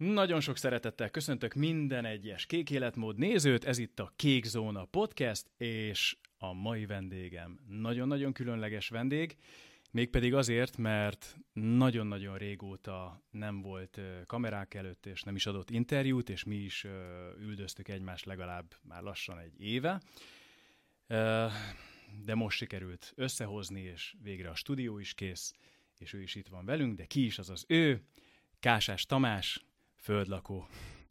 Nagyon sok szeretettel köszöntök minden egyes Kék Életmód nézőt, ez itt a Kék Zóna Podcast, és a mai vendégem nagyon-nagyon különleges vendég, mégpedig azért, mert nagyon-nagyon régóta nem volt kamerák előtt, és nem is adott interjút, és mi is üldöztük egymást legalább már lassan egy éve, de most sikerült összehozni, és végre a stúdió is kész, és ő is itt van velünk, de ki is az ő? Kásás Tamás, földlakó.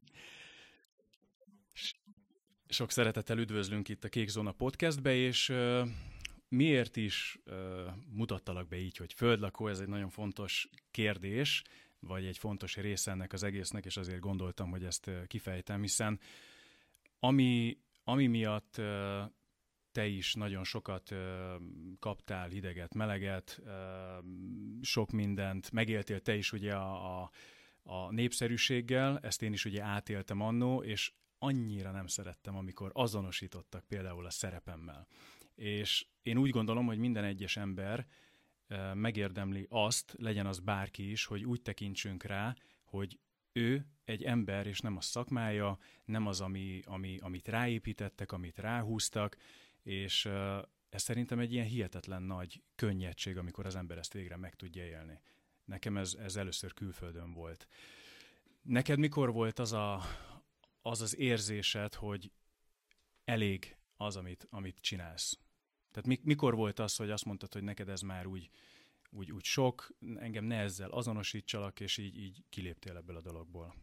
Sok szeretettel üdvözlünk itt a Kék Zóna Podcastbe, és miért is mutattalak be így, hogy földlakó, ez egy nagyon fontos kérdés, vagy egy fontos része ennek az egésznek, és azért gondoltam, hogy ezt kifejtem, hiszen ami miatt te is nagyon sokat kaptál hideget, meleget, sok mindent, megéltél te is ugye a népszerűséggel, ezt én is ugye átéltem annó, és annyira nem szerettem, amikor azonosítottak például a szerepemmel. És én úgy gondolom, hogy minden egyes ember megérdemli azt, legyen az bárki is, hogy úgy tekintsünk rá, hogy ő egy ember, és nem a szakmája, nem az, amit ráépítettek, amit ráhúztak, és ez szerintem egy ilyen hihetetlen nagy könnyedség, amikor az ember ezt végre meg tudja élni. Nekem ez először külföldön volt. Neked mikor volt az érzésed, hogy elég az, amit csinálsz? Tehát mikor volt az, hogy azt mondtad, hogy neked ez már úgy sok, engem ne ezzel azonosítsalak, és így kiléptél ebből a dologból?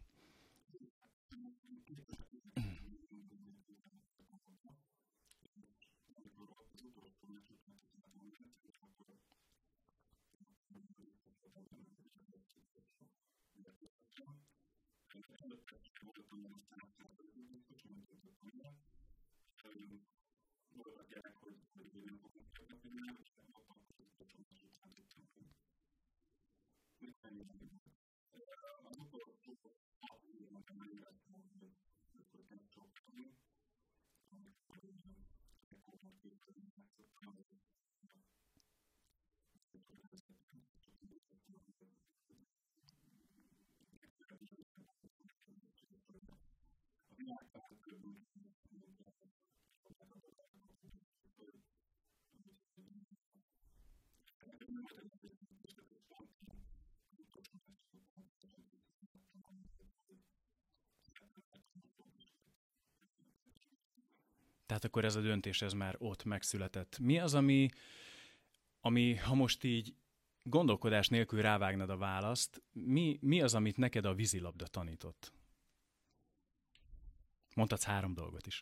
Tehát akkor ez a döntés, ez már ott megszületett. Mi az, ami ha most így gondolkodás nélkül rávágnad a választ, mi az, amit neked a vízilabda tanított? Mondhatsz 3 dolgot is.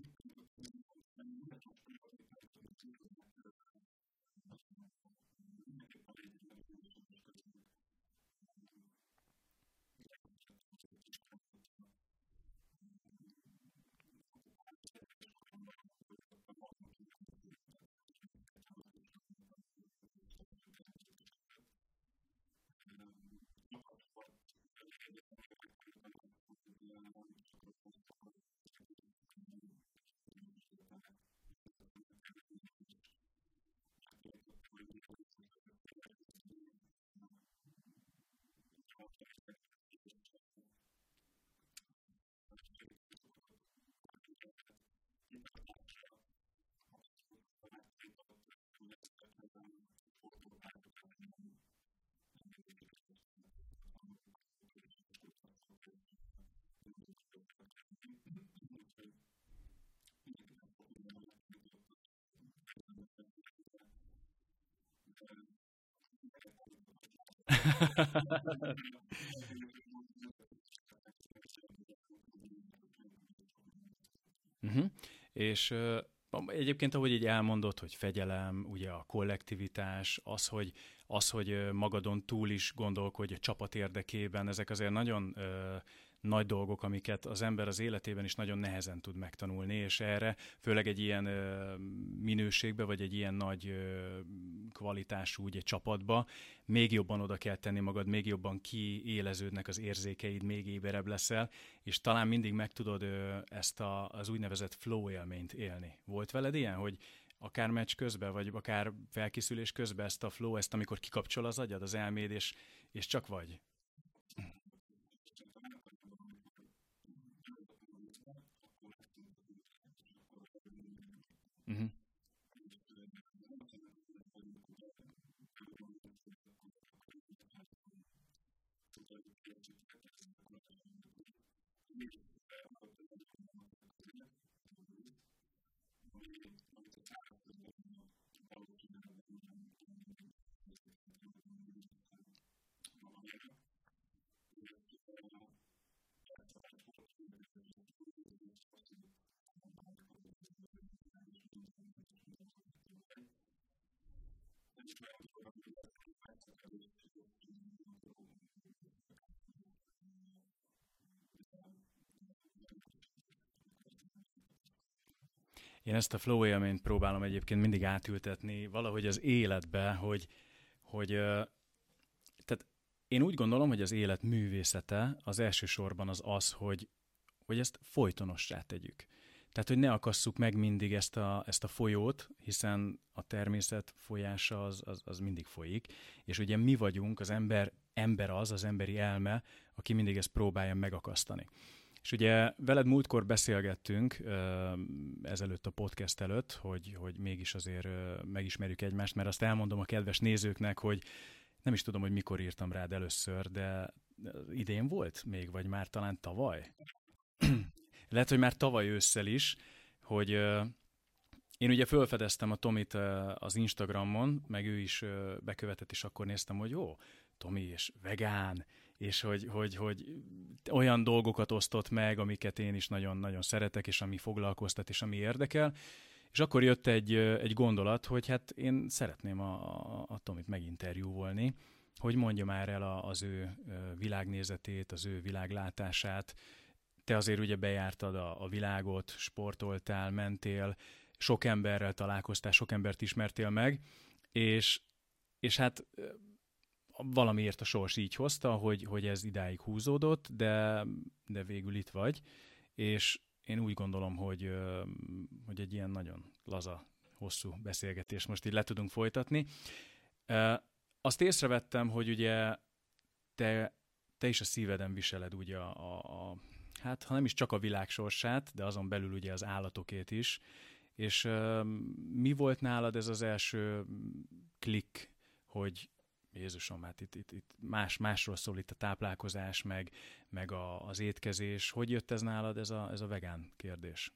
Uh-huh. És egyébként, ahogy így elmondod, hogy fegyelem, ugye a kollektivitás, az, hogy magadon túl is gondolkodj a csapat érdekében, ezek azért nagyon nagy dolgok, amiket az ember az életében is nagyon nehezen tud megtanulni, és erre főleg egy ilyen minőségbe, vagy egy ilyen nagy kvalitású ugye, csapatba még jobban oda kell tenni magad, még jobban kiéleződnek az érzékeid, még éberebb leszel, és talán mindig meg tudod ezt az úgynevezett flow élményt élni. Volt veled ilyen, hogy akár meccs közben, vagy akár felkészülés közben ezt a flow, ezt amikor kikapcsol az agyad, az elméd, és csak vagy? Én ezt a flow élményt próbálom egyébként mindig átültetni valahogy az életbe, hogy tehát én úgy gondolom, hogy az élet művészete az elsősorban az, hogy ezt folytonossá tegyük. Tehát, hogy ne akasszuk meg mindig ezt a folyót, hiszen a természet folyása az mindig folyik, és ugye mi vagyunk, az ember az emberi elme, aki mindig ezt próbálja megakasztani. És ugye veled múltkor beszélgettünk ezelőtt a podcast előtt, hogy mégis azért megismerjük egymást, mert azt elmondom a kedves nézőknek, hogy nem is tudom, hogy mikor írtam rád először, de idén volt még, vagy már talán tavaly? Lehet, hogy már tavaly ősszel is, hogy én ugye felfedeztem a Tomit az Instagramon, meg ő is bekövetett, és akkor néztem, hogy jó, Tomi és vegán, és hogy olyan dolgokat osztott meg, amiket én is nagyon-nagyon szeretek, és ami foglalkoztat, és ami érdekel. És akkor jött egy gondolat, hogy hát én szeretném a Tomit meginterjúvolni, hogy mondja már el az ő világnézetét, az ő világlátását. Te azért ugye bejártad a világot, sportoltál, mentél, sok emberrel találkoztál, sok embert ismertél meg, és hát valamiért a sors így hozta, hogy ez idáig húzódott, de végül itt vagy, és én úgy gondolom, hogy egy ilyen nagyon laza, hosszú beszélgetést most így le tudunk folytatni. Azt észrevettem, hogy ugye te is a szíveden viseled ugye hát ha nem is csak a világ sorsát, de azon belül ugye az állatokét is, és mi volt nálad ez az első klikk, hogy Jézusom, hát itt másról szól itt a táplálkozás, meg az étkezés. Hogy jött ez nálad, ez a vegán kérdés?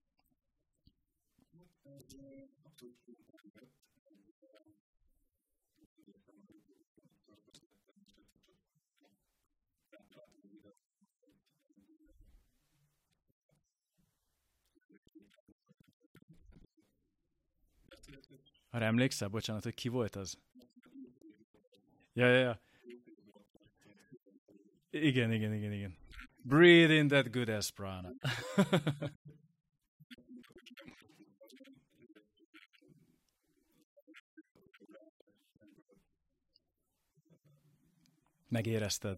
Arra emlékszel? Bocsánat, hogy ki volt az? Ja. Igen. Breathe in that good ass prana. Megérezted.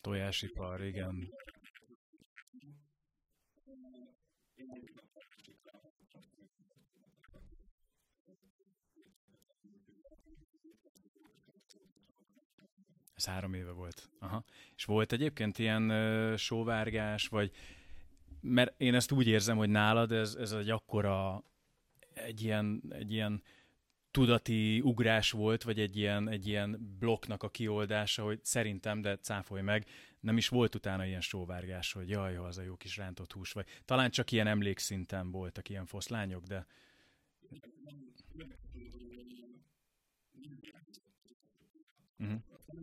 Tojásipar, igen. Ez 3 éve volt. Aha. És volt egyébként ilyen sóvárgás, vagy mert én ezt úgy érzem, hogy nálad ez egy akkora, egy ilyen tudati ugrás volt, vagy egy ilyen blokknak a kioldása, hogy szerintem, de cáfolj meg, nem is volt utána ilyen sóvárgás, hogy jaj, az a jó kis rántott hús, vagy talán csak ilyen emlékszinten voltak ilyen foszlányok, de... Uh-huh.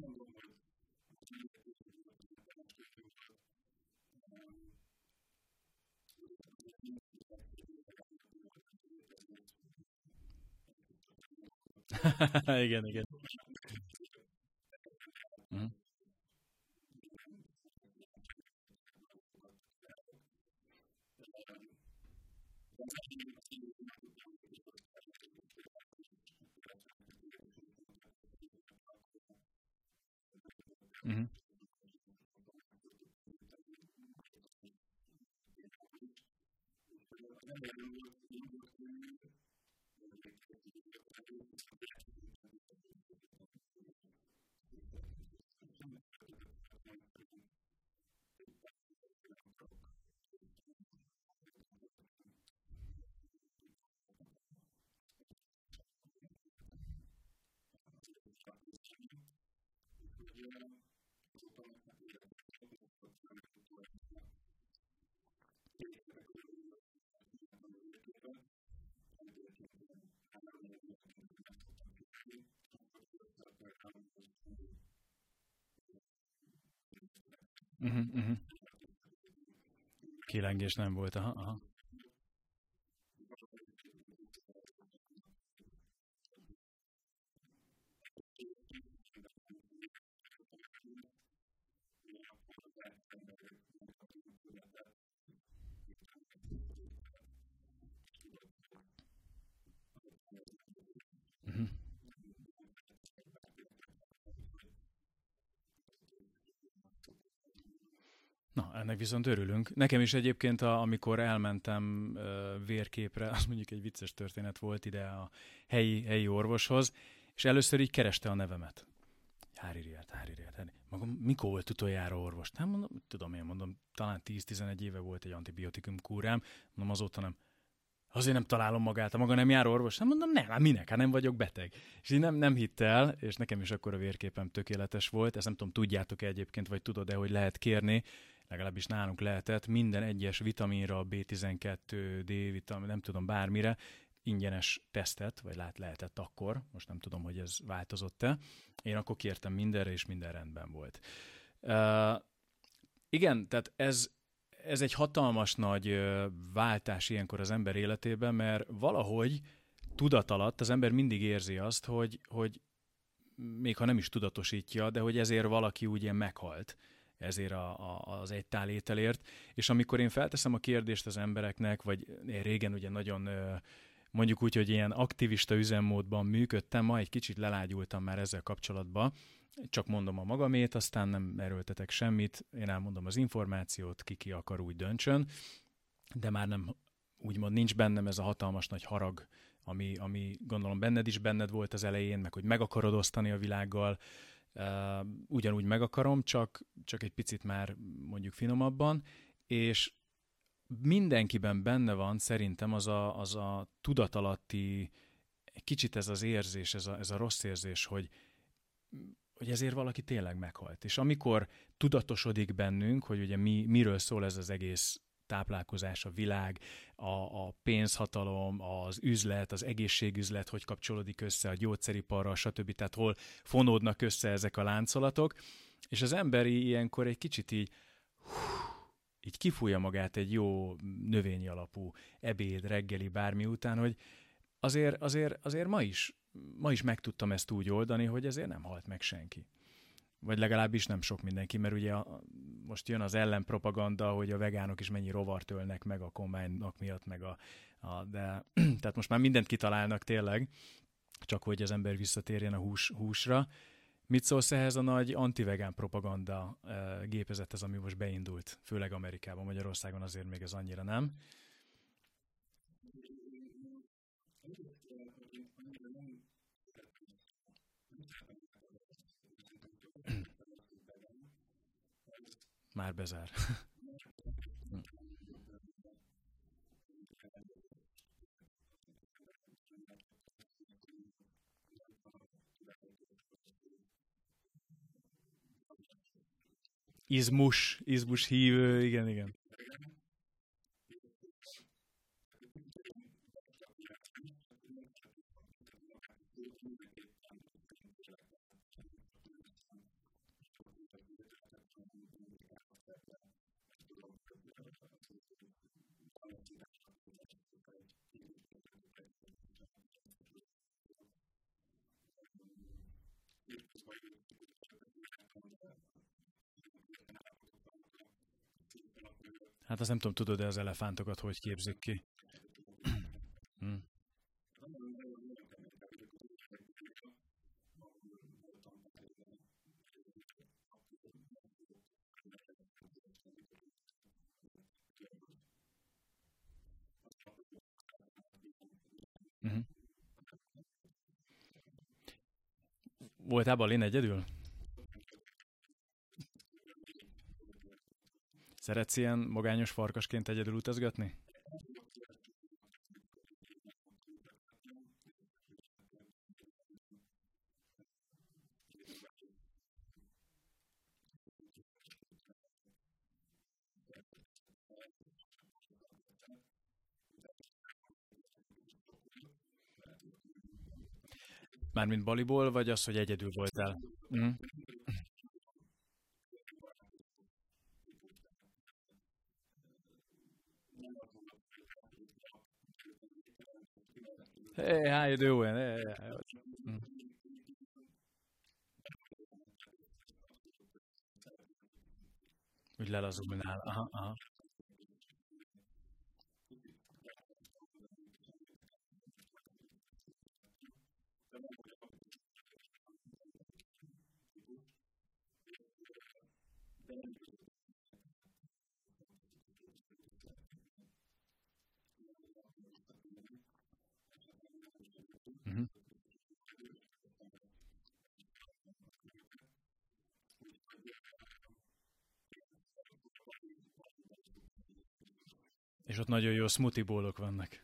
Igen, igen. Uh-huh. Uh-huh. Uh-huh. Uh-huh. Kilengés nem volt, aha, aha. Uh-huh. Na, ennek viszont örülünk. Nekem is egyébként, amikor elmentem vérképre, az mondjuk egy vicces történet volt ide a helyi orvoshoz, és először így kereste a nevemet. Hári Riad. Magam, mikor volt utoljára orvos? Nem mondom, tudom én, mondom, talán 10-11 éve volt egy antibiotikum kúrám, mondom, azóta nem. Azért nem találom magát, a maga nem jár orvos? Nem mondom, nem, hát minek, hát nem vagyok beteg. És így nem hitt el, és nekem is akkor a vérképem tökéletes volt. Ezt nem tudom, tudjátok-e egyébként, vagy tudod-e, hogy lehet kérni, legalábbis nálunk lehetett, minden egyes vitaminra, B12, D-vitamin, nem tudom, bármire, ingyenes tesztet, vagy lehetett akkor, most nem tudom, hogy ez változott-e. Én akkor kértem mindenre, és minden rendben volt. Igen, tehát ez egy hatalmas nagy váltás ilyenkor az ember életében, mert valahogy tudatalatt az ember mindig érzi azt, hogy még ha nem is tudatosítja, de hogy ezért valaki úgy ilyen meghalt ezért az egy tál ételért. És amikor én felteszem a kérdést az embereknek, vagy én régen ugye nagyon mondjuk úgy, hogy ilyen aktivista üzemmódban működtem, ma egy kicsit lelágyultam már ezzel kapcsolatban, csak mondom a magamét, aztán nem erőltetek semmit, én elmondom az információt, ki akar úgy döntsön, de már nem, úgymond nincs bennem ez a hatalmas nagy harag, ami gondolom benned volt az elején, meg hogy meg akarod osztani a világgal, ugyanúgy meg akarom, csak egy picit már mondjuk finomabban, és mindenkiben benne van szerintem az a tudatalatti, kicsit ez az érzés, ez a rossz érzés, hogy ezért valaki tényleg meghalt. És amikor tudatosodik bennünk, hogy ugye miről szól ez az egész táplálkozás, a világ, a pénzhatalom, az üzlet, az egészségüzlet, hogy kapcsolódik össze a gyógyszeriparral, stb. Tehát hol fonódnak össze ezek a láncolatok, és az emberi ilyenkor egy kicsit így kifújja magát egy jó növényi alapú ebéd, reggeli, bármi után, hogy azért ma is meg tudtam ezt úgy oldani, hogy ezért nem halt meg senki. Vagy legalábbis nem sok mindenki, mert ugye most jön az ellenpropaganda, hogy a vegánok is mennyi rovart ölnek meg a kombánynak miatt, meg de tehát most már mindent kitalálnak tényleg, csak hogy az ember visszatérjen a húsra, Mit szólsz ehhez a nagy antivegán propaganda gépezethez, ami most beindult, főleg Amerikában, Magyarországon azért még ez annyira nem? Már bezár. Izmus hívő, igen, igen. Hát azt nem tudom, tudod-e az elefántokat hogy képzik ki? Hm. Mhm. Voltál Balin egyedül? Szeretsz ilyen magányos farkasként egyedül utazgatni? Mármint Baliból, vagy az, hogy egyedül voltál? Mhm. Hey, how you doing? Hey. Mhm. Úgy lelazulnál. Aha, aha. Mhm. És ott nagyon jó smoothie bólok vannak.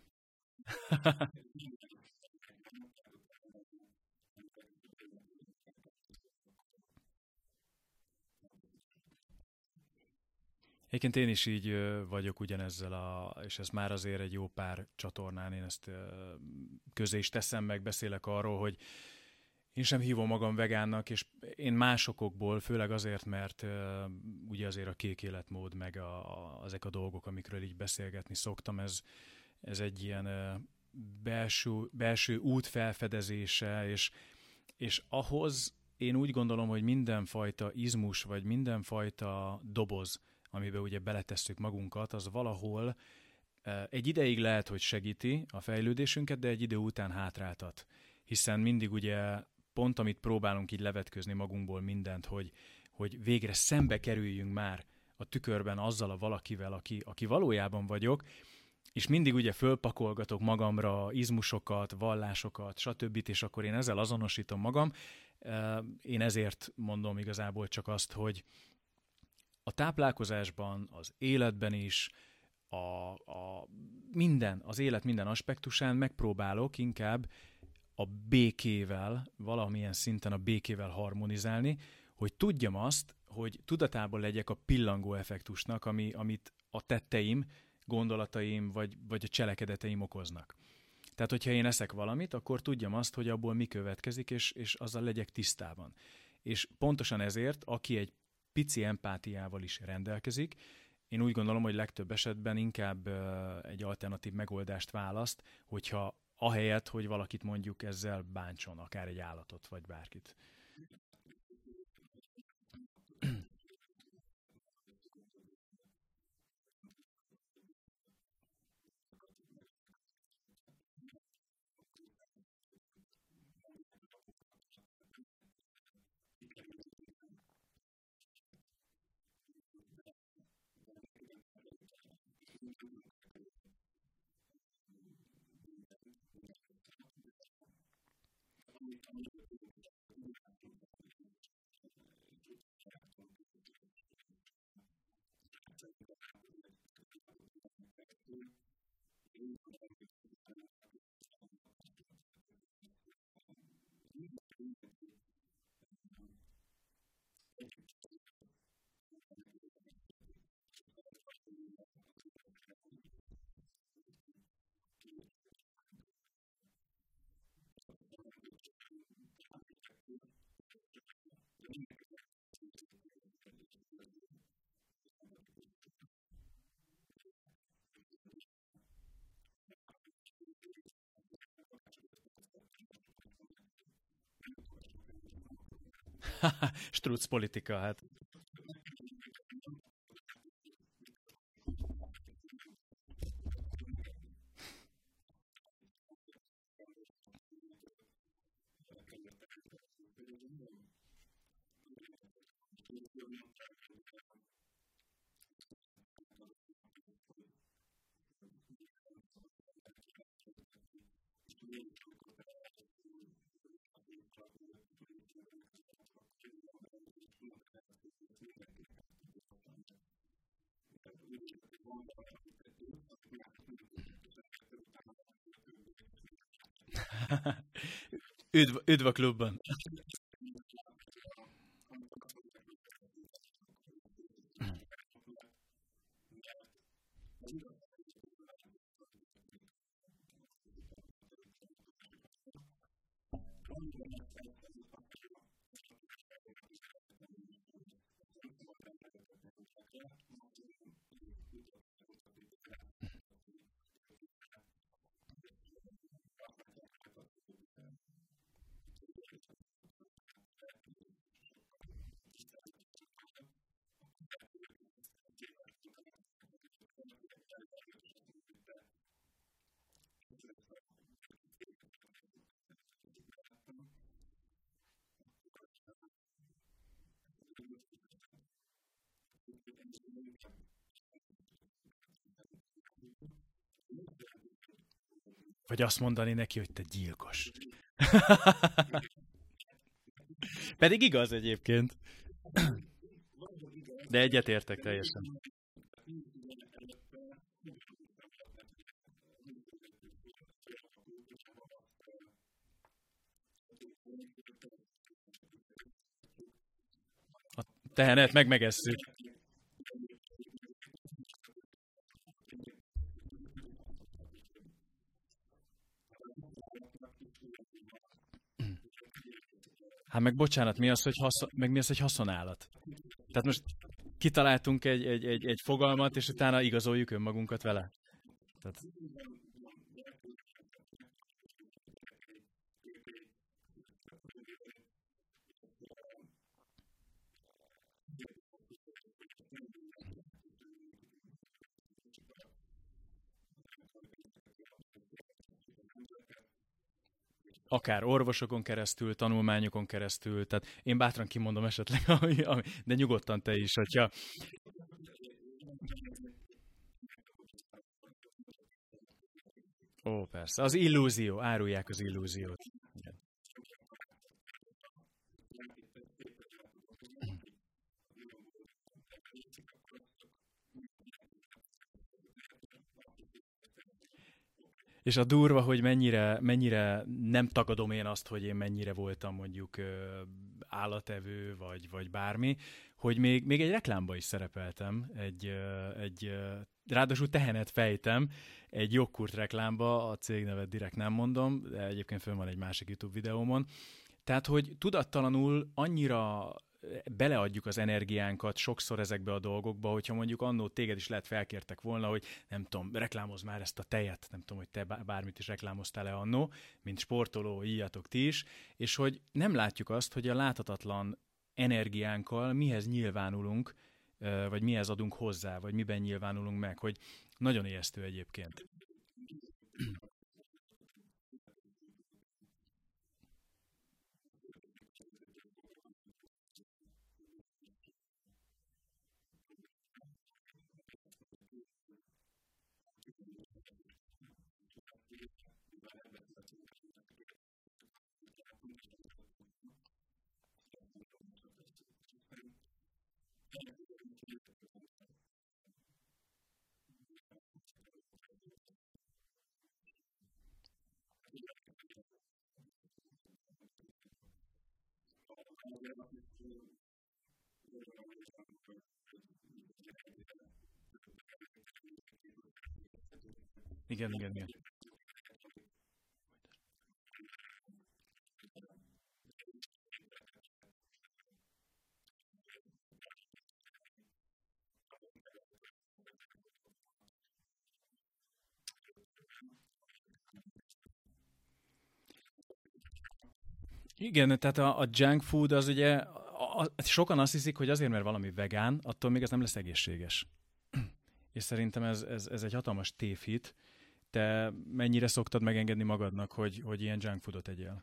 Egyébként én is így vagyok ugyanezzel, és ez már azért egy jó pár csatornán, én ezt közé is teszem, meg beszélek arról, hogy én sem hívom magam vegánnak, és én másokokból, főleg azért, mert ugye azért a kék életmód, meg ezek a dolgok, amikről így beszélgetni szoktam, ez egy ilyen belső út felfedezése, és ahhoz én úgy gondolom, hogy mindenfajta izmus, vagy mindenfajta doboz, amiben ugye beletesszük magunkat, az valahol egy ideig lehet, hogy segíti a fejlődésünket, de egy idő után hátráltat. Hiszen mindig ugye pont, amit próbálunk így levetközni magunkból mindent, hogy végre szembe kerüljünk már a tükörben azzal a valakivel, aki valójában vagyok, és mindig ugye fölpakolgatok magamra izmusokat, vallásokat, stb. És akkor én ezzel azonosítom magam. Én ezért mondom igazából csak azt, hogy a táplálkozásban, az életben is, az élet minden aspektusán megpróbálok inkább a békével, valamilyen szinten a békével harmonizálni, hogy tudjam azt, hogy tudatában legyek a pillangó effektusnak, amit a tetteim, gondolataim vagy a cselekedeteim okoznak. Tehát, hogyha én eszek valamit, akkor tudjam azt, hogy abból mi következik, és azzal legyek tisztában. És pontosan ezért, aki egy pici empátiával is rendelkezik, én úgy gondolom, hogy legtöbb esetben inkább egy alternatív megoldást választ, hogyha ahelyett, hogy valakit mondjuk ezzel bántson, akár egy állatot, vagy bárkit. Struc politika, hát. Üdv a klubban. Vagy azt mondani neki, hogy te gyilkos. Pedig igaz egyébként. De egyetértek teljesen. A tehenet meg megesszük. Hát meg bocsánat, mi az, hogy haszonállat? Tehát most kitaláltunk egy fogalmat, és utána igazoljuk önmagunkat vele. Tehát... Akár orvosokon keresztül, tanulmányokon keresztül, tehát én bátran kimondom esetleg, de nyugodtan te is, hogyha... Ó, persze, az illúzió, árulják az illúziót. És a durva, hogy mennyire nem tagadom én azt, hogy én mennyire voltam mondjuk állatevő, vagy bármi, hogy még egy reklámba is szerepeltem, ráadásul tehenet fejtem, egy joghurt reklámba, a cégnevet direkt nem mondom, de egyébként fönn van egy másik YouTube videómon. Tehát, hogy tudattalanul annyira beleadjuk az energiánkat sokszor ezekbe a dolgokba, hogyha mondjuk annó téged is lehet felkértek volna, hogy nem tudom, reklámozz már ezt a tejet, nem tudom, hogy te bármit is reklámoztál-e annó, mint sportoló, íjatok ti is, és hogy nem látjuk azt, hogy a láthatatlan energiánkkal mihez nyilvánulunk, vagy mihez adunk hozzá, vagy miben nyilvánulunk meg, hogy nagyon ijesztő egyébként. Igen, igen, igen. Igen, tehát a junk food az ugye, sokan azt hiszik, hogy azért, mert valami vegán, attól még ez nem lesz egészséges. És szerintem ez egy hatalmas tévhit. Te mennyire szoktad megengedni magadnak, hogy ilyen junk foodot egyél?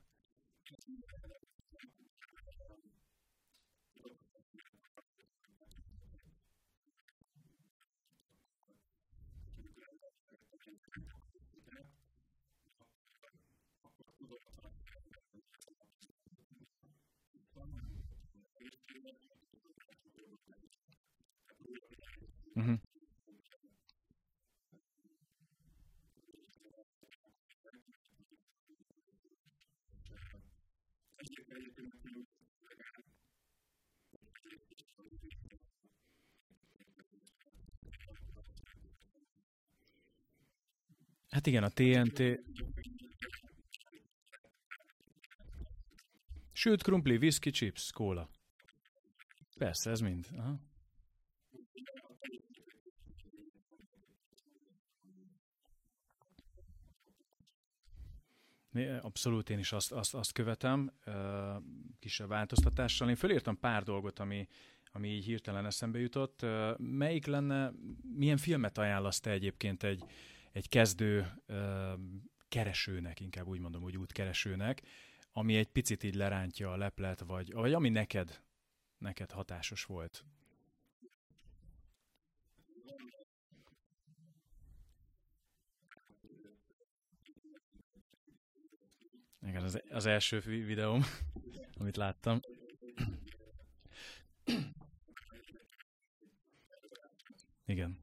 Uh-huh. Hát igen, a TNT, sült krumpli, whisky, chips, kóla. Persze, ez mind. Aha. Abszolút én is azt követem, kisebb változtatással. Én fölírtam pár dolgot, ami így hirtelen eszembe jutott. Melyik lenne, milyen filmet ajánlasz te egyébként egy kezdő keresőnek, inkább úgy mondom, hogy útkeresőnek, ami egy picit így lerántja a leplet, vagy ami neked hatásos volt? Igen, az első videóm, amit láttam. Igen.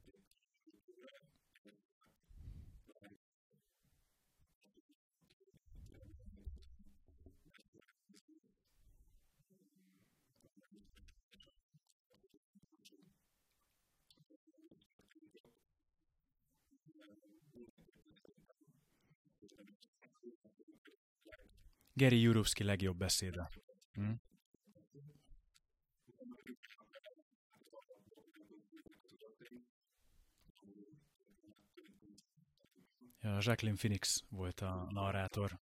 Gary Jurovsky legjobb beszéde. Hm? Ja, Jacqueline Phoenix volt a narrátor.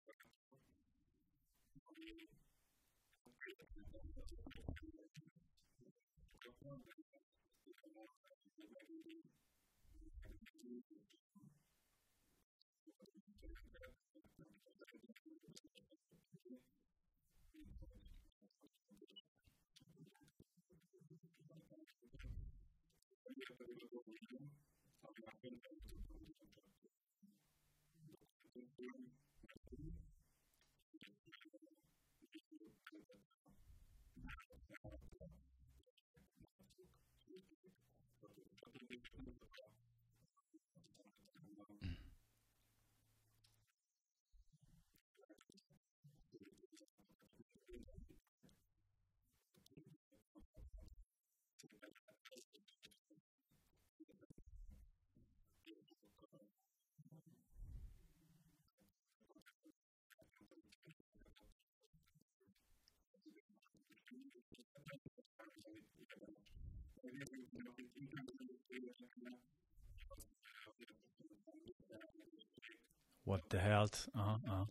What the Health. Aha, aha.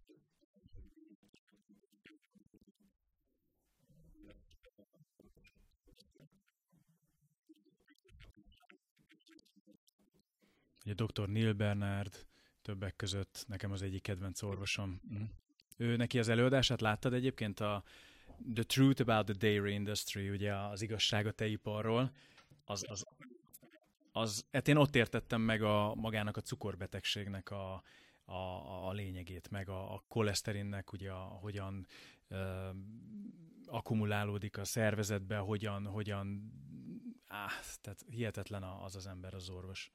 Ugye dr. Neil Bernard többek között nekem az egyik kedvenc orvosom. Mhm. Ő neki az előadását láttad egyébként The Truth About the Dairy Industry, ugye az igazság a tejiparról, az, az, hát én ott értettem meg magának a cukorbetegségnek a lényegét, meg a koleszterinnek, ugye hogyan ö, akkumulálódik a szervezetbe, hogyan tehát hihetetlen az ember, az orvos.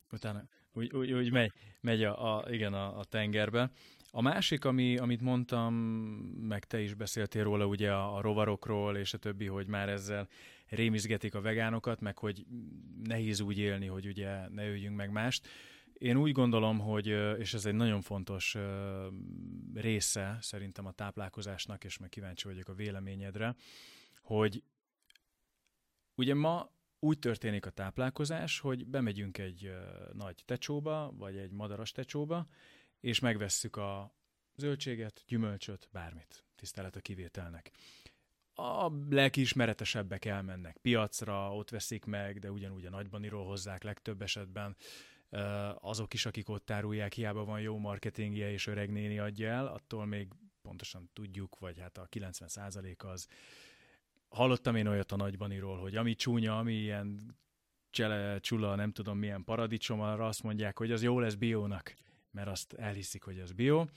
Utána úgy megy igen, a tengerbe. A másik, amit mondtam, meg te is beszéltél róla, ugye a rovarokról és a többi, hogy már ezzel rémizgetik a vegánokat, meg hogy nehéz úgy élni, hogy ugye ne öljünk meg mást. Én úgy gondolom, hogy, és ez egy nagyon fontos része szerintem a táplálkozásnak, és meg kíváncsi vagyok a véleményedre, hogy ugye ma úgy történik a táplálkozás, hogy bemegyünk egy nagy tecsóba, vagy egy madaras tecsóba, és megvesszük a zöldséget, gyümölcsöt, bármit, tisztelet a kivételnek. A lelkiismeretesebbek elmennek piacra, ott veszik meg, de ugyanúgy a nagybaniról hozzák legtöbb esetben. Azok is, akik ott árulják, hiába van jó marketingje és öreg néni adja el, attól még pontosan tudjuk, vagy hát a 90% az. Hallottam én olyat a nagybaniról, hogy ami csúnya, ami ilyen csula, nem tudom milyen paradicsom, arra azt mondják, hogy az jó lesz biónak, mert azt elhiszik, hogy az bió.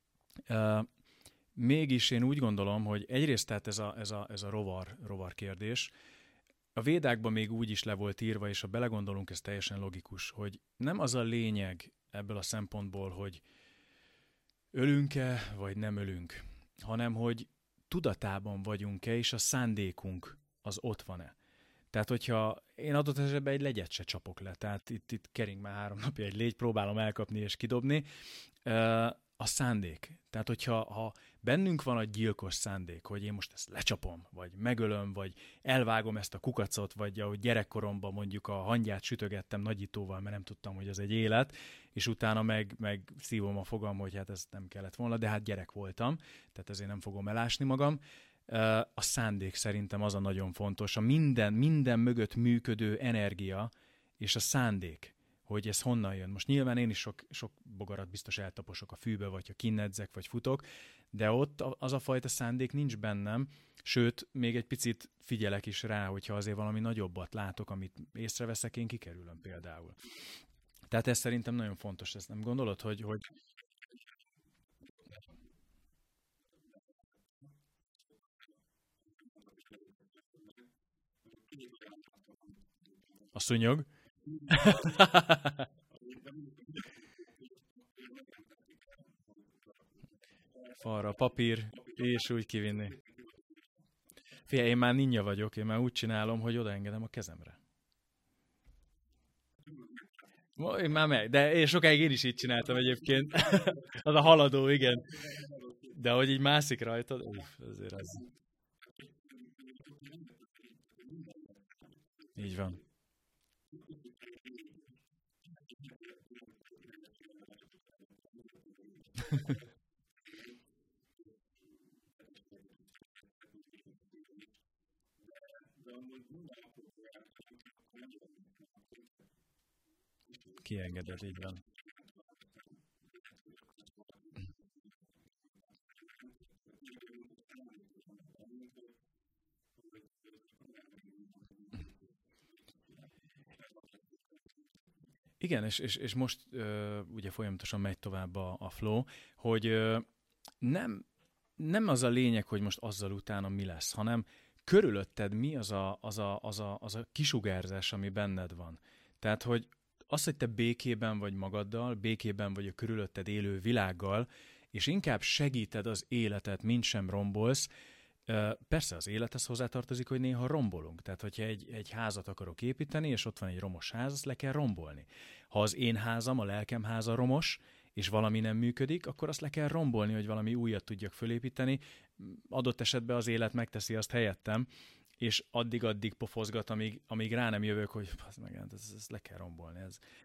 Mégis én úgy gondolom, hogy egyrészt tehát ez a rovar kérdés, a védákban még úgy is le volt írva, és ha belegondolunk, ez teljesen logikus, hogy nem az a lényeg ebből a szempontból, hogy ölünk-e, vagy nem ölünk, hanem hogy tudatában vagyunk-e, és a szándékunk az ott van-e. Tehát, hogyha én adott esetben egy legyet se csapok le, tehát itt kering már 3 napja egy légy, próbálom elkapni és kidobni, a szándék. Tehát, hogyha bennünk van a gyilkos szándék, hogy én most ezt lecsapom, vagy megölöm, vagy elvágom ezt a kukacot, vagy ahogy gyerekkoromban mondjuk a hangyát sütögettem nagyítóval, mert nem tudtam, hogy ez egy élet, és utána meg szívom a fogam, hogy hát ez nem kellett volna, de hát gyerek voltam, tehát ezért nem fogom elásni magam. A szándék szerintem az a nagyon fontos, a minden mögött működő energia és a szándék, hogy ez honnan jön. Most nyilván én is sok bogarat biztos eltaposok a fűbe, vagy ha kinnedzek, vagy futok, de ott az a fajta szándék nincs bennem, sőt, még egy picit figyelek is rá, hogyha azért valami nagyobbat látok, amit észreveszek, én kikerülöm például. Tehát ez szerintem nagyon fontos, ezt nem gondolod, hogy a szúnyog? Falra papír, és úgy kivinni. Figyelj, én már ninja vagyok, én már úgy csinálom, hogy odaengedem a kezemre. Én már meg, de én sokáig én is így csináltam egyébként. Az a haladó, igen. De hogy így mászik rajtad, azért az. Így van. Kiengeded, így van. Igen, és most ugye folyamatosan megy tovább a flow, hogy nem, nem az a lényeg, hogy most azzal utána mi lesz, hanem körülötted mi az a kisugárzás, ami benned van. Tehát, hogy az, hogy te békében vagy magaddal, békében vagy a körülötted élő világgal, és inkább segíted az életet, mint sem rombolsz. Persze az élethez hozzátartozik, hogy néha rombolunk. Tehát, hogyha egy házat akarok építeni, és ott van egy romos ház, azt le kell rombolni. Ha az én házam, a lelkem háza romos, és valami nem működik, akkor azt le kell rombolni, hogy valami újat tudjak fölépíteni. Adott esetben az élet megteszi azt helyettem, és addig pofozgat, amíg rá nem jövök, hogy meg, ezt le kell rombolni.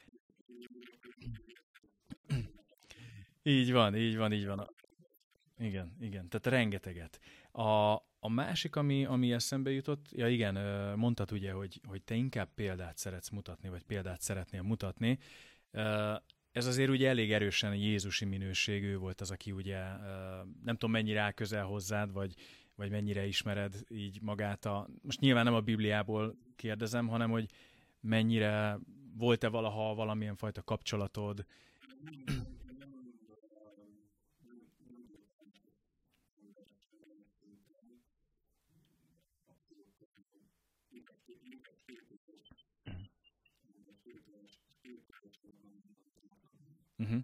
Így van, így van, így van. Igen, tehát rengeteget. A másik, ami eszembe jutott, ja igen, mondtad ugye, hogy te inkább példát szeretsz mutatni, vagy példát szeretnél mutatni. Ez azért ugye elég erősen jézusi minőségű volt az, aki ugye nem tudom mennyire áll közel hozzád, vagy mennyire ismered így magát most nyilván nem a Bibliából kérdezem, hanem hogy mennyire volt-e valaha valamilyen fajta kapcsolatod. Uh-huh.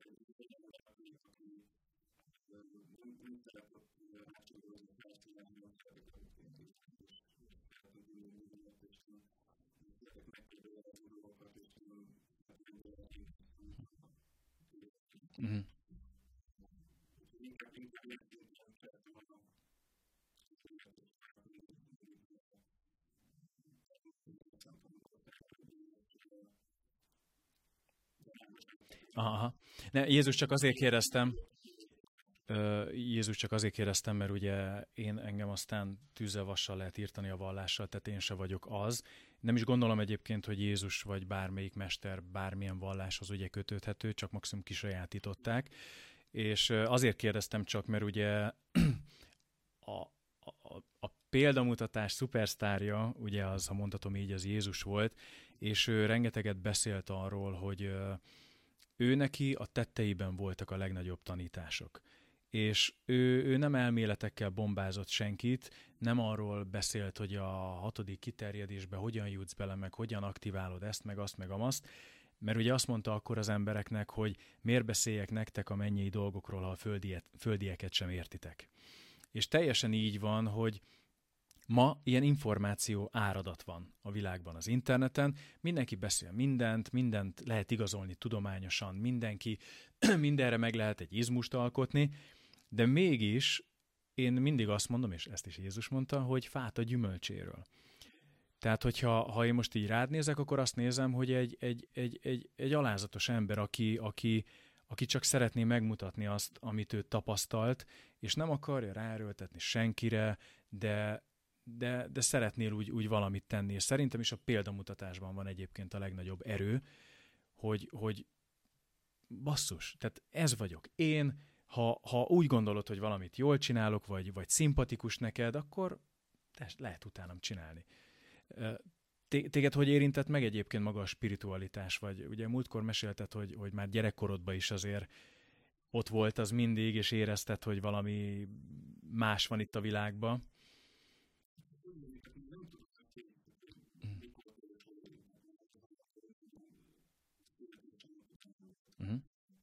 Uh-huh. Aha. Ne, Jézus csak azért kérdeztem, mert ugye engem aztán tűzzel vassal lehet írtani a vallással, tehát én se vagyok az. Nem is gondolom egyébként, hogy Jézus vagy bármelyik mester bármilyen valláshoz ugye kötődhető, csak maximum kisajátították. És azért kérdeztem csak, mert ugye a példamutatás szupersztárja, ugye az, ha mondhatom így, az Jézus volt, és ő rengeteget beszélt arról, hogy ő neki a tetteiben voltak a legnagyobb tanítások. És ő nem elméletekkel bombázott senkit, nem arról beszélt, hogy a 6. kiterjedésbe hogyan jutsz bele, meg hogyan aktiválod ezt, meg azt, meg amazt, mert ugye azt mondta akkor az embereknek, hogy miért beszéljek nektek a mennyei dolgokról, ha a földieket sem értitek. És teljesen így van, hogy ma ilyen információ áradat van a világban, az interneten, mindenki beszél mindent lehet igazolni tudományosan, mindenre meg lehet egy izmust alkotni, de mégis én mindig azt mondom, és ezt is Jézus mondta, hogy fát a gyümölcséről. Tehát, ha én most így rád nézek, akkor azt nézem, hogy egy alázatos ember, aki csak szeretné megmutatni azt, amit ő tapasztalt, és nem akarja ráerőltetni senkire, de szeretnél úgy valamit tenni. És szerintem is a példamutatásban van egyébként a legnagyobb erő, hogy basszus, tehát ez vagyok én, ha úgy gondolod, hogy valamit jól csinálok, vagy szimpatikus neked, akkor lehet utánam csinálni. Téged hogy érintett meg egyébként maga a spiritualitás? Vagy ugye múltkor mesélted, hogy már gyerekkorodban is azért ott volt az mindig, és érezted, hogy valami más van itt a világban. Uh-huh.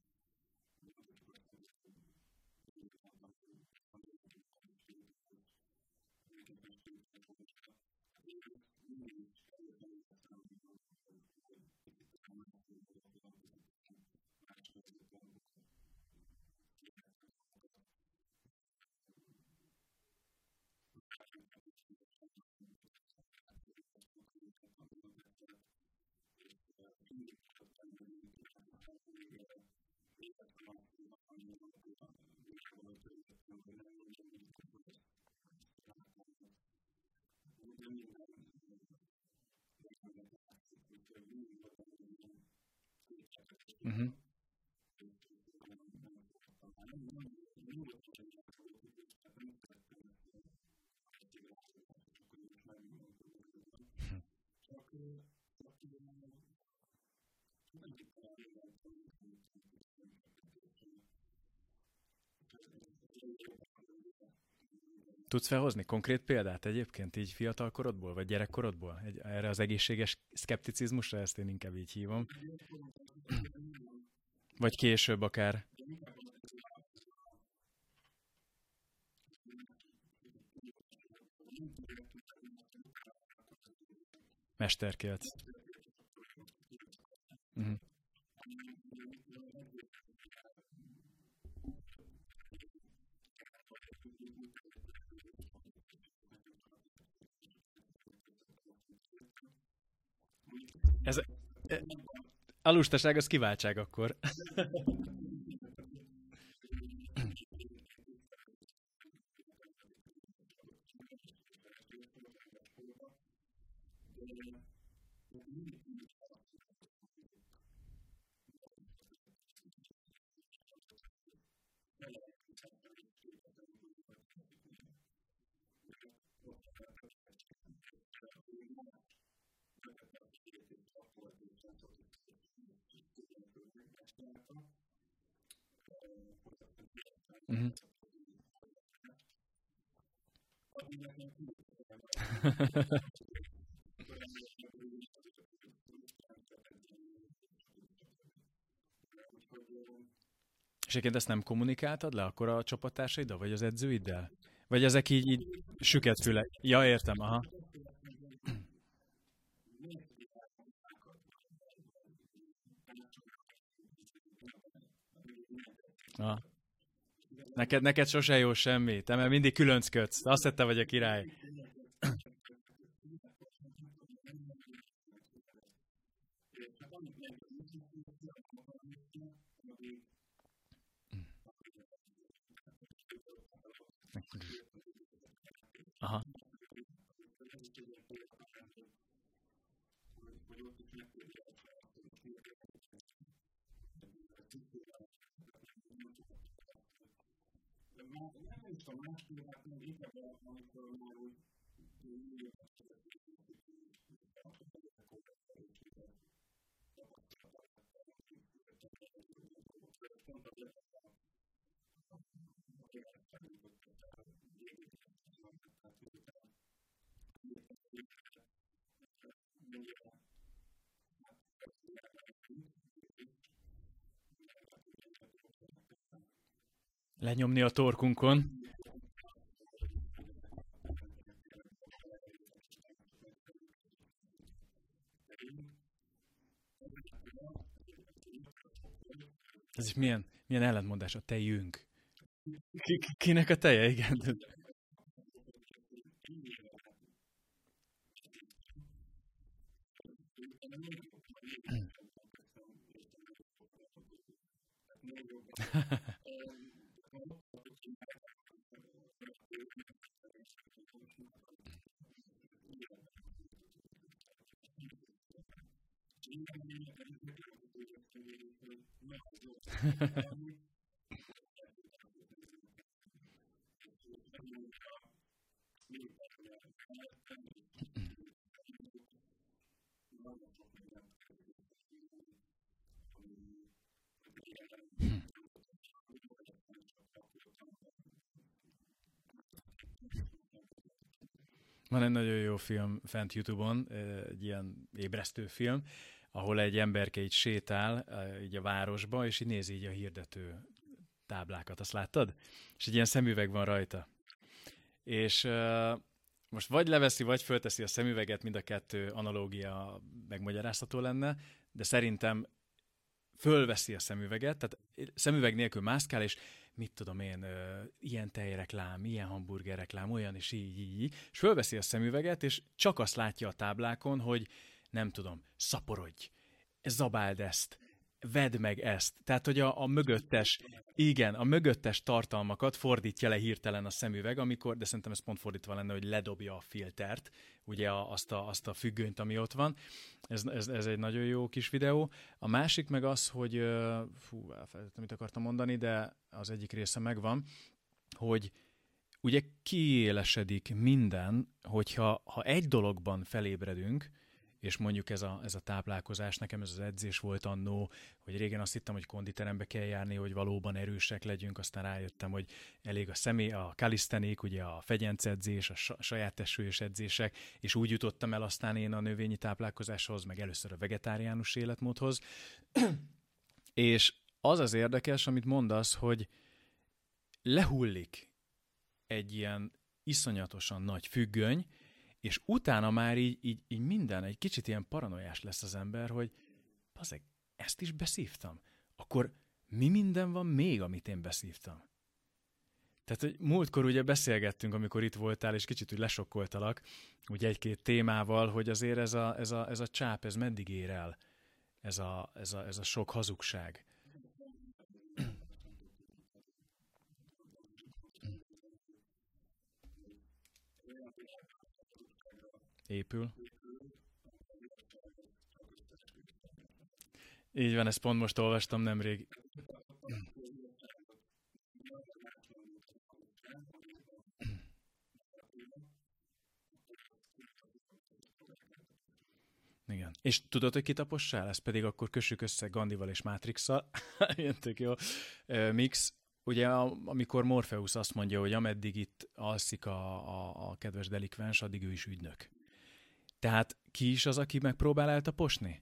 Uh-huh. Tudsz felhozni konkrét példát egyébként így fiatalkorodból, vagy gyerekkorodból? Erre az egészséges szkepticizmusra, ezt én inkább így hívom. Vagy később akár. Mesterkélt. Uh-huh. Ez, a lustaság az kiváltság akkor. Uh-huh. És egyébként ezt nem kommunikáltad le akkor a csapattársaidal, vagy az edzőiddel? Vagy ezek így süket fülek? Ja, értem, aha. Aha. Neked sose jó semmi, te mert mindig különcködsz. Azt hitte vagy a király. Aha. Lenyomni a torkunkon. Ez is milyen ellentmondás a tejünk. Kinek a teje, igen. Van egy nagyon jó film fent YouTube-on, egy ilyen ébresztő film, ahol egy emberke így sétál így a városba, és így nézi így a hirdető táblákat. Azt láttad? És egy ilyen szemüveg van rajta. És most vagy leveszi, vagy fölteszi a szemüveget, mind a kettő analógia megmagyarázható lenne, de szerintem fölveszi a szemüveget, tehát szemüveg nélkül mászkál, és mit tudom én, ilyen tejreklám, ilyen hamburgerreklám, olyan, és így, és fölveszi a szemüveget, és csak azt látja a táblákon, hogy nem tudom, szaporodj, zabáld ezt, vedd meg ezt. Tehát, hogy a mögöttes, igen, a mögöttes tartalmakat fordítja le hirtelen a szemüveg, amikor, de szerintem ez pont fordítva lenne, hogy ledobja a filtert, ugye azt a függönyt, ami ott van. Ez egy nagyon jó kis videó. A másik meg az, hogy, elfelejtettem, mit akartam mondani, de az egyik része megvan, hogy ugye kiélesedik minden, hogyha egy dologban felébredünk, és mondjuk ez a táplálkozás, nekem ez az edzés volt annó, hogy régen azt hittem, hogy konditerembe kell járni, hogy valóban erősek legyünk, aztán rájöttem, hogy elég a kalisztenik, ugye a fegyencedzés, a saját testsúlyos edzések, és úgy jutottam el aztán én a növényi táplálkozáshoz, meg először a vegetáriánus életmódhoz. És az érdekes, amit mondasz, hogy lehullik egy ilyen iszonyatosan nagy függöny, és utána már így minden, egy kicsit ilyen paranoiás lesz az ember, hogy bazeg, ezt is beszívtam? Akkor mi minden van még, amit én beszívtam? Tehát, hogy múltkor ugye beszélgettünk, amikor itt voltál, és kicsit úgy lesokkoltalak, ugye egy-két témával, hogy azért ez a csáp, ez meddig ér el? Ez a sok hazugság. Épül. Így van, ezt pont most olvastam nemrég. Igen. És tudod, hogy kitapossál? Ezt pedig akkor kössük össze Gandival és Matrixsal. Ilyen tök jó mix. Ugye, amikor Morpheus azt mondja, hogy ameddig itt alszik a kedves delikvens, addig ő is ügynök. Tehát ki is az, aki megpróbál eltaposni?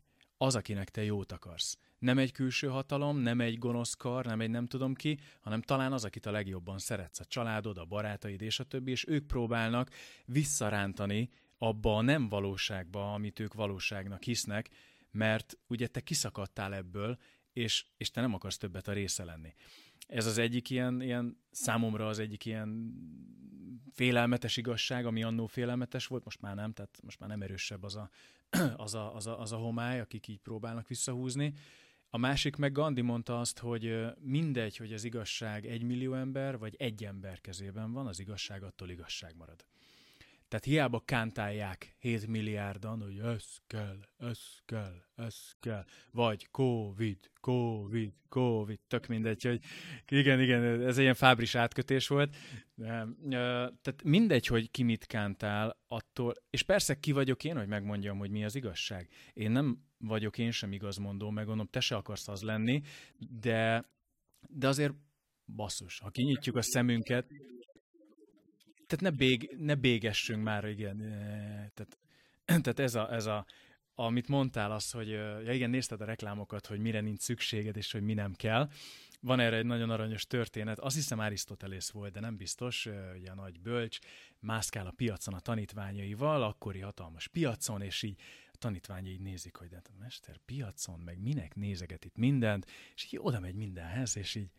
az, akinek te jót akarsz. Nem egy külső hatalom, nem egy gonosz kar, nem egy nem tudom ki, hanem talán az, akit a legjobban szeretsz, a családod, a barátaid és a többi, és ők próbálnak visszarántani abba a nem valóságba, amit ők valóságnak hisznek, mert ugye te kiszakadtál ebből, és te nem akarsz többet a része lenni. Ez az egyik ilyen számomra az egyik ilyen félelmetes igazság, ami annó félelmetes volt, most már nem, tehát most már nem erősebb az a homály, akik így próbálnak visszahúzni. A másik meg Gandhi mondta azt, hogy mindegy, hogy az igazság 1 millió ember, vagy 1 ember kezében van, az igazság attól igazság marad. Tehát hiába kántálják 7 milliárdan, hogy ez kell, ez kell, ez kell, vagy Covid, tök mindegy, hogy igen, ez egy ilyen fábris átkötés volt. Tehát mindegy, hogy ki mit kántál attól, és persze ki vagyok én, hogy megmondjam, hogy mi az igazság. Én nem vagyok én sem igazmondó, meg gondolom, te se akarsz az lenni, de azért basszus, ha kinyitjuk a szemünket, tehát ne bégessünk már, igen. Tehát ez a, amit mondtál, az, hogy ja igen, nézted a reklámokat, hogy mire nincs szükséged, és hogy mi nem kell. Van erre egy nagyon aranyos történet, azt hiszem Arisztotelész volt, de nem biztos, ugye a nagy bölcs, mászkál a piacon a tanítványaival, akkori hatalmas piacon, és így a tanítványai nézik, hogy de a mester piacon, meg minek nézeget itt mindent, és így oda megy mindenhez, és így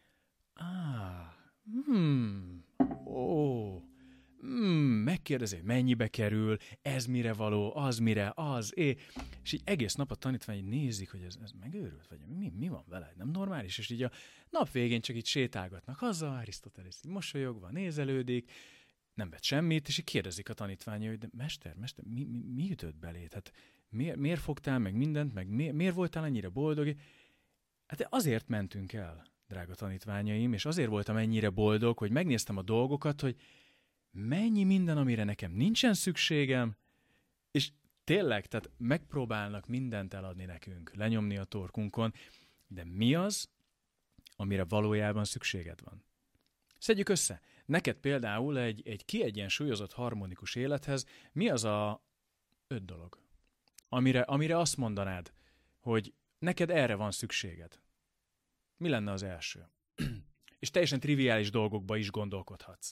megkérdezi, hogy mennyibe kerül, ez mire való, az mire, és így egész nap a tanítványi nézik, hogy ez megőrült, vagy mi van vele, nem normális, és így a nap végén csak így sétálgatnak haza, Arisztotelész mosolyogva nézelődik, nem vett semmit, és így kérdezik a tanítványai, hogy de mester, mi ütött beléd? Hát miért fogtál meg mindent, meg miért voltál ennyire boldog? Hát azért mentünk el, drága tanítványaim, és azért voltam ennyire boldog, hogy megnéztem a dolgokat, hogy mennyi minden, amire nekem nincsen szükségem, és tényleg, tehát megpróbálnak mindent eladni nekünk, lenyomni a torkunkon, de mi az, amire valójában szükséged van? Szedjük össze. Neked például egy kiegyensúlyozott harmonikus élethez mi az a 5 dolog, amire azt mondanád, hogy neked erre van szükséged? Mi lenne az első? És teljesen triviális dolgokba is gondolkodhatsz.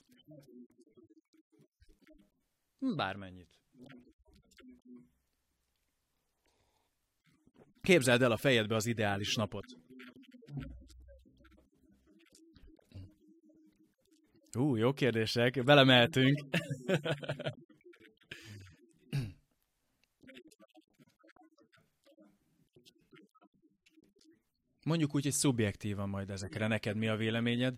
Bármennyit. Képzeld el a fejedbe az ideális napot. Jó kérdések, belemeltünk. Mondjuk úgy, hogy szubjektívan majd ezekre. Neked mi a véleményed?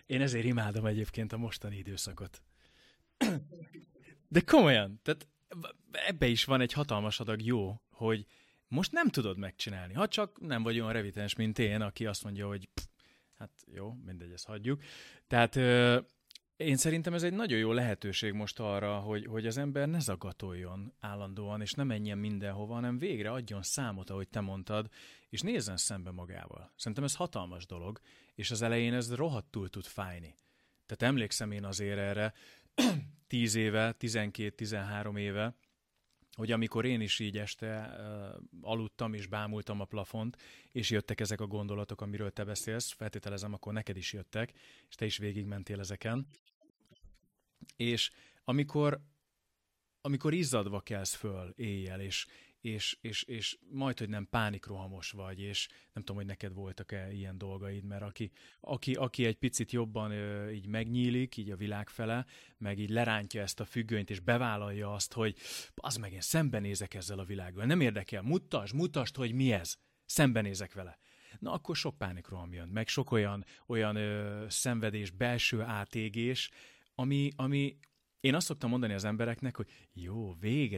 Én ezért imádom egyébként a mostani időszakot. De komolyan, tehát ebbe is van egy hatalmas adag jó, hogy most nem tudod megcsinálni. Ha csak nem vagy olyan revitens, mint én, aki azt mondja, hogy hát jó, mindegy, ezt hagyjuk. Tehát én szerintem ez egy nagyon jó lehetőség most arra, hogy az ember ne zagatoljon állandóan, és ne menjen mindenhova, hanem végre adjon számot, ahogy te mondtad, és nézzen szembe magával. Szerintem ez hatalmas dolog, és az elején ez rohadtul tud fájni. Tehát emlékszem én azért erre 10 éve, 12-13 éve, hogy amikor én is így este aludtam és bámultam a plafont, és jöttek ezek a gondolatok, amiről te beszélsz, feltételezem, akkor neked is jöttek, és te is végigmentél ezeken. És amikor izzadva kelsz föl éjjel, és majd, hogy nem pánikrohamos vagy, és nem tudom, hogy neked voltak-e ilyen dolgaid, mert aki egy picit jobban így megnyílik, így a világ fele, meg így lerántja ezt a függönyt, és bevállalja azt, hogy az meg én szembenézek ezzel a világgal, nem érdekel, mutasd, hogy mi ez, szembenézek vele. Na akkor sok pánikroham jön, meg sok olyan szenvedés, belső átégés, ami én azt szoktam mondani az embereknek, hogy jó,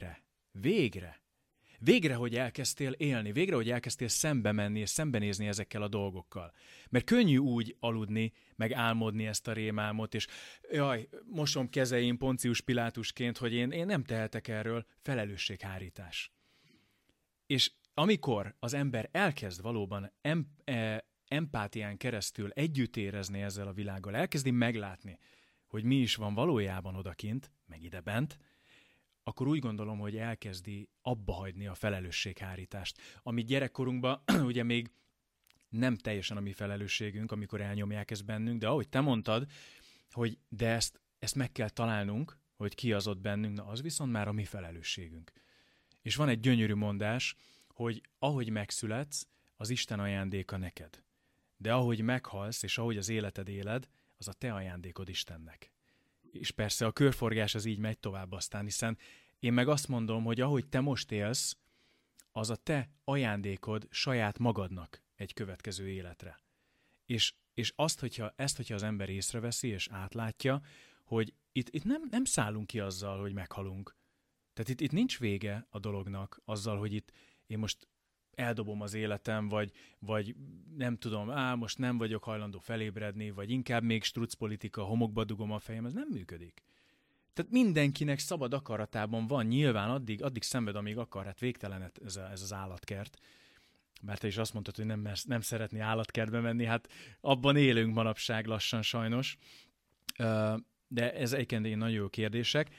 végre, hogy elkezdtél élni, végre, hogy elkezdtél szembe menni és szembenézni ezekkel a dolgokkal. Mert könnyű úgy aludni, meg álmodni ezt a rémálmot, és jaj, mosom kezeim Poncius Pilátusként, hogy én nem tehetek erről, felelősséghárítás. És amikor az ember elkezd valóban empátián keresztül együtt érezni ezzel a világgal, elkezdi meglátni, hogy mi is van valójában odakint, meg idebent, akkor úgy gondolom, hogy elkezdi abba hagyni a felelősséghárítást. Ami gyerekkorunkban ugye még nem teljesen a mi felelősségünk, amikor elnyomják ezt bennünk, de ahogy te mondtad, hogy de ezt meg kell találnunk, hogy ki az ott bennünk, na az viszont már a mi felelősségünk. És van egy gyönyörű mondás, hogy ahogy megszületsz, az Isten ajándéka neked. De ahogy meghalsz, és ahogy az életed éled, az a te ajándékod Istennek. És persze a körforgás az így megy tovább aztán, hiszen én meg azt mondom, hogy ahogy te most élsz, az a te ajándékod saját magadnak egy következő életre. És hogyha az ember észreveszi és átlátja, hogy itt nem szállunk ki azzal, hogy meghalunk. Tehát itt nincs vége a dolognak azzal, hogy itt én most eldobom az életem, vagy nem tudom, most nem vagyok hajlandó felébredni, vagy inkább még struccpolitika, homokba dugom a fejem, ez nem működik. Tehát mindenkinek szabad akaratában van, nyilván addig szenved, amíg akar, hát végtelen ez az állatkert. Bár te is azt mondtad, hogy nem szeretné állatkertbe menni, hát abban élünk manapság lassan sajnos. De ez egyébként nagyon jó kérdések.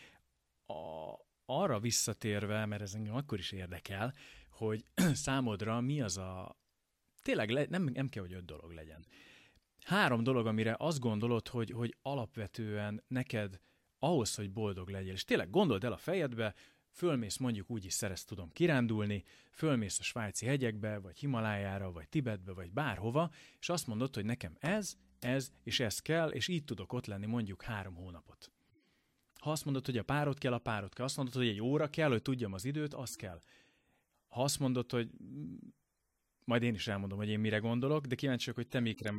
Arra visszatérve, mert ez engem akkor is érdekel, hogy számodra mi az a... Tényleg nem kell, hogy 5 dolog legyen. 3 dolog, amire azt gondolod, hogy alapvetően neked ahhoz, hogy boldog legyél, és tényleg gondold el a fejedbe, fölmész mondjuk úgy is tudom kirándulni, fölmész a svájci hegyekbe, vagy Himalájára, vagy Tibetbe, vagy bárhova, és azt mondod, hogy nekem ez és ez kell, és így tudok ott lenni mondjuk 3 hónapot. Ha azt mondod, hogy a párod kell. Azt mondod, hogy egy óra kell, hogy tudjam az időt, az kell. Ha azt mondod, hogy majd én is elmondom, hogy én mire gondolok, de kíváncsi vagyok, hogy te mikre...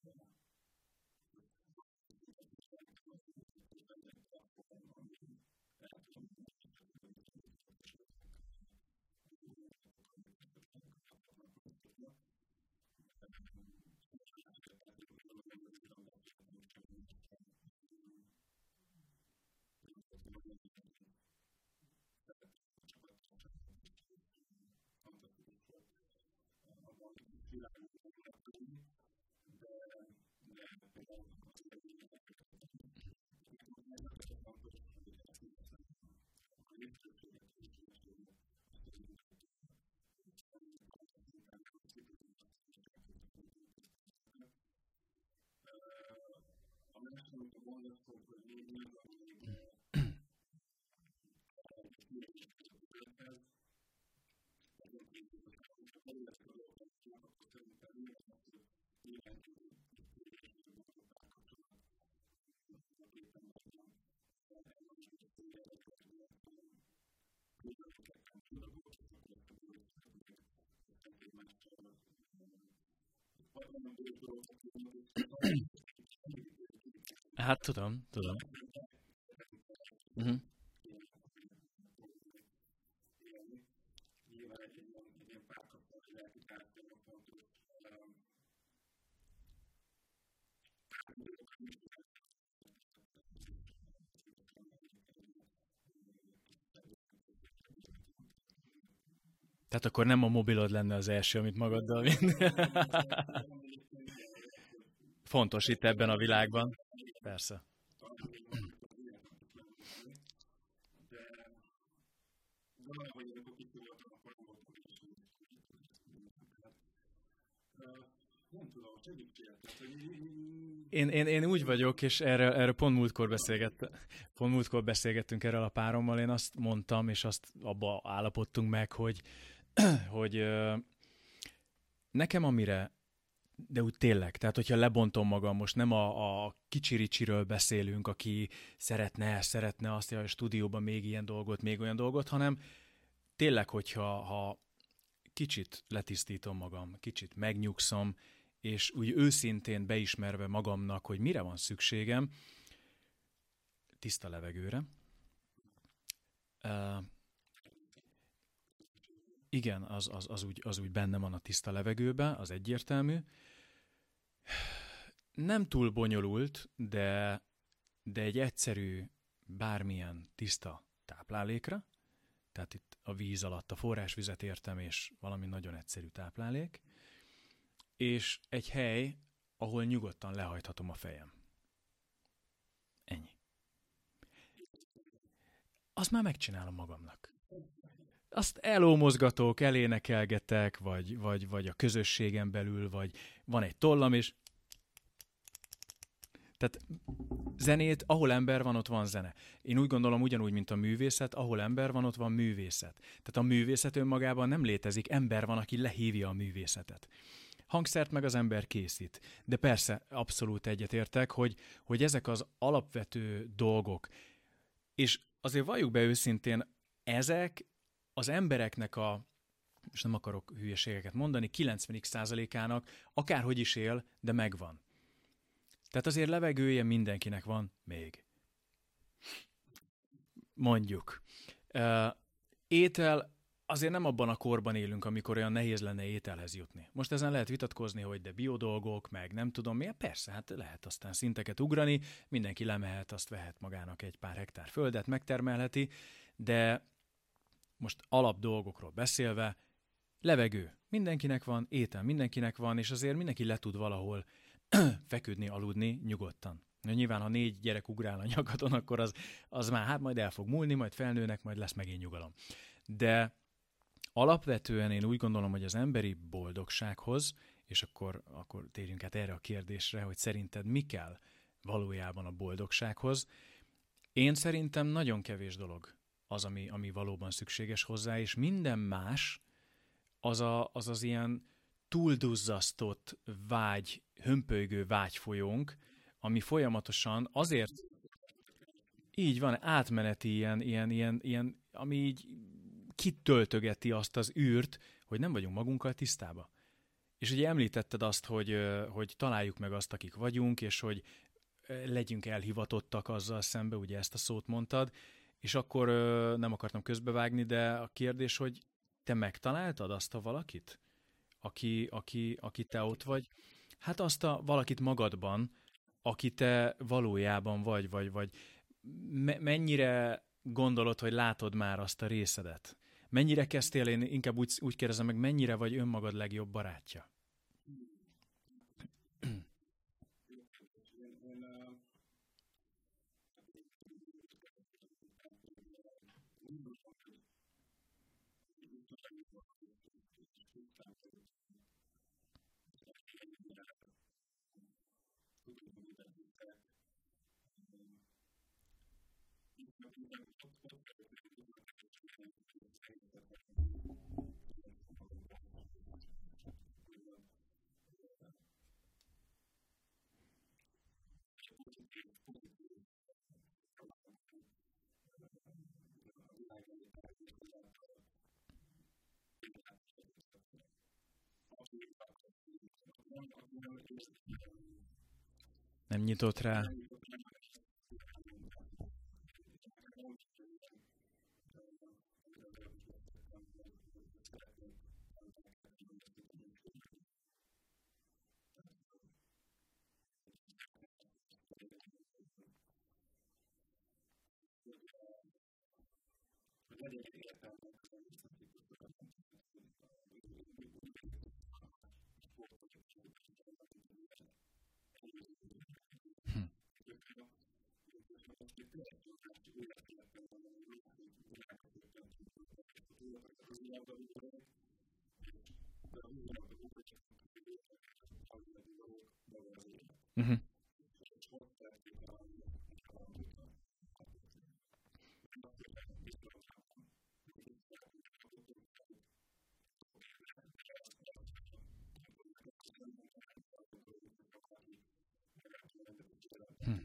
Hát tudom, tudom. Uh-huh. Tehát akkor nem a mobilod lenne az első, amit magaddal vinnél. Fontos itt ebben a világban. Persze. Én úgy vagyok, és erről pont múltkor beszélgettünk erről a párommal, én azt mondtam, és azt abba állapodtunk meg, hogy nekem amire, de úgy tényleg, tehát hogyha lebontom magam, most nem a kicsiricsiről beszélünk, aki szeretne azt, hogy a stúdióban még ilyen dolgot, még olyan dolgot, hanem tényleg, hogyha kicsit letisztítom magam, kicsit megnyugszom, és úgy őszintén beismerve magamnak, hogy mire van szükségem, tiszta levegőre. Igen, az úgy benne van a tiszta levegőben, az egyértelmű. Nem túl bonyolult, de egy egyszerű, bármilyen tiszta táplálékra, tehát itt a víz alatt a forrásvizet értem, és valami nagyon egyszerű táplálék, és egy hely, ahol nyugodtan lehajthatom a fejem. Ennyi. Azt már megcsinálom magamnak. Azt elómozgatok, elénekelgetek, vagy a közösségen belül, vagy van egy tollam, és tehát zenét, ahol ember van, ott van zene. Én úgy gondolom, ugyanúgy, mint a művészet, ahol ember van, ott van művészet. Tehát a művészet önmagában nem létezik, ember van, aki lehívja a művészetet. Hangszert meg az ember készít. De persze, abszolút egyetértek, hogy ezek az alapvető dolgok, és azért valljuk be őszintén, ezek az embereknek és nem akarok hülyeségeket mondani, 90%-ának akárhogy is él, de megvan. Tehát azért levegője mindenkinek van még. Mondjuk. Étel, azért nem abban a korban élünk, amikor olyan nehéz lenne ételhez jutni. Most ezen lehet vitatkozni, hogy de biodolgok, meg nem tudom mi. Persze, hát lehet aztán szinteket ugrani, mindenki lemehet, azt vehet magának egy pár hektár földet, megtermelheti, de most alap dolgokról beszélve, levegő mindenkinek van, étel mindenkinek van, és azért mindenki le tud valahol feküdni, aludni nyugodtan. Nyilván, ha 4 gyerek ugrál a nyakadon, akkor az már hát majd el fog múlni, majd felnőnek, majd lesz megint nyugalom. De alapvetően én úgy gondolom, hogy az emberi boldogsághoz, és akkor térjünk át erre a kérdésre, hogy szerinted mi kell valójában a boldogsághoz. Én szerintem nagyon kevés dolog az, ami valóban szükséges hozzá, és minden más az ilyen túlduzzasztott vágy, hömpölygő vágyfolyónk, ami folyamatosan azért így van, átmeneti ilyen, ami így kitöltögeti azt az űrt, hogy nem vagyunk magunkkal tisztába. És ugye említetted azt, hogy találjuk meg azt, akik vagyunk, és hogy legyünk elhivatottak azzal szembe, ugye ezt a szót mondtad, és akkor nem akartam közbevágni, de a kérdés, hogy te megtaláltad azt a valakit, aki te ott vagy? Hát azt a valakit magadban, aki te valójában vagy mennyire gondolod, hogy látod már azt a részedet? Mennyire kezdtél, én inkább úgy kérdezem meg, mennyire vagy önmagad legjobb barátja? Nem nyitott rá? Hm. Uh-huh. Hm.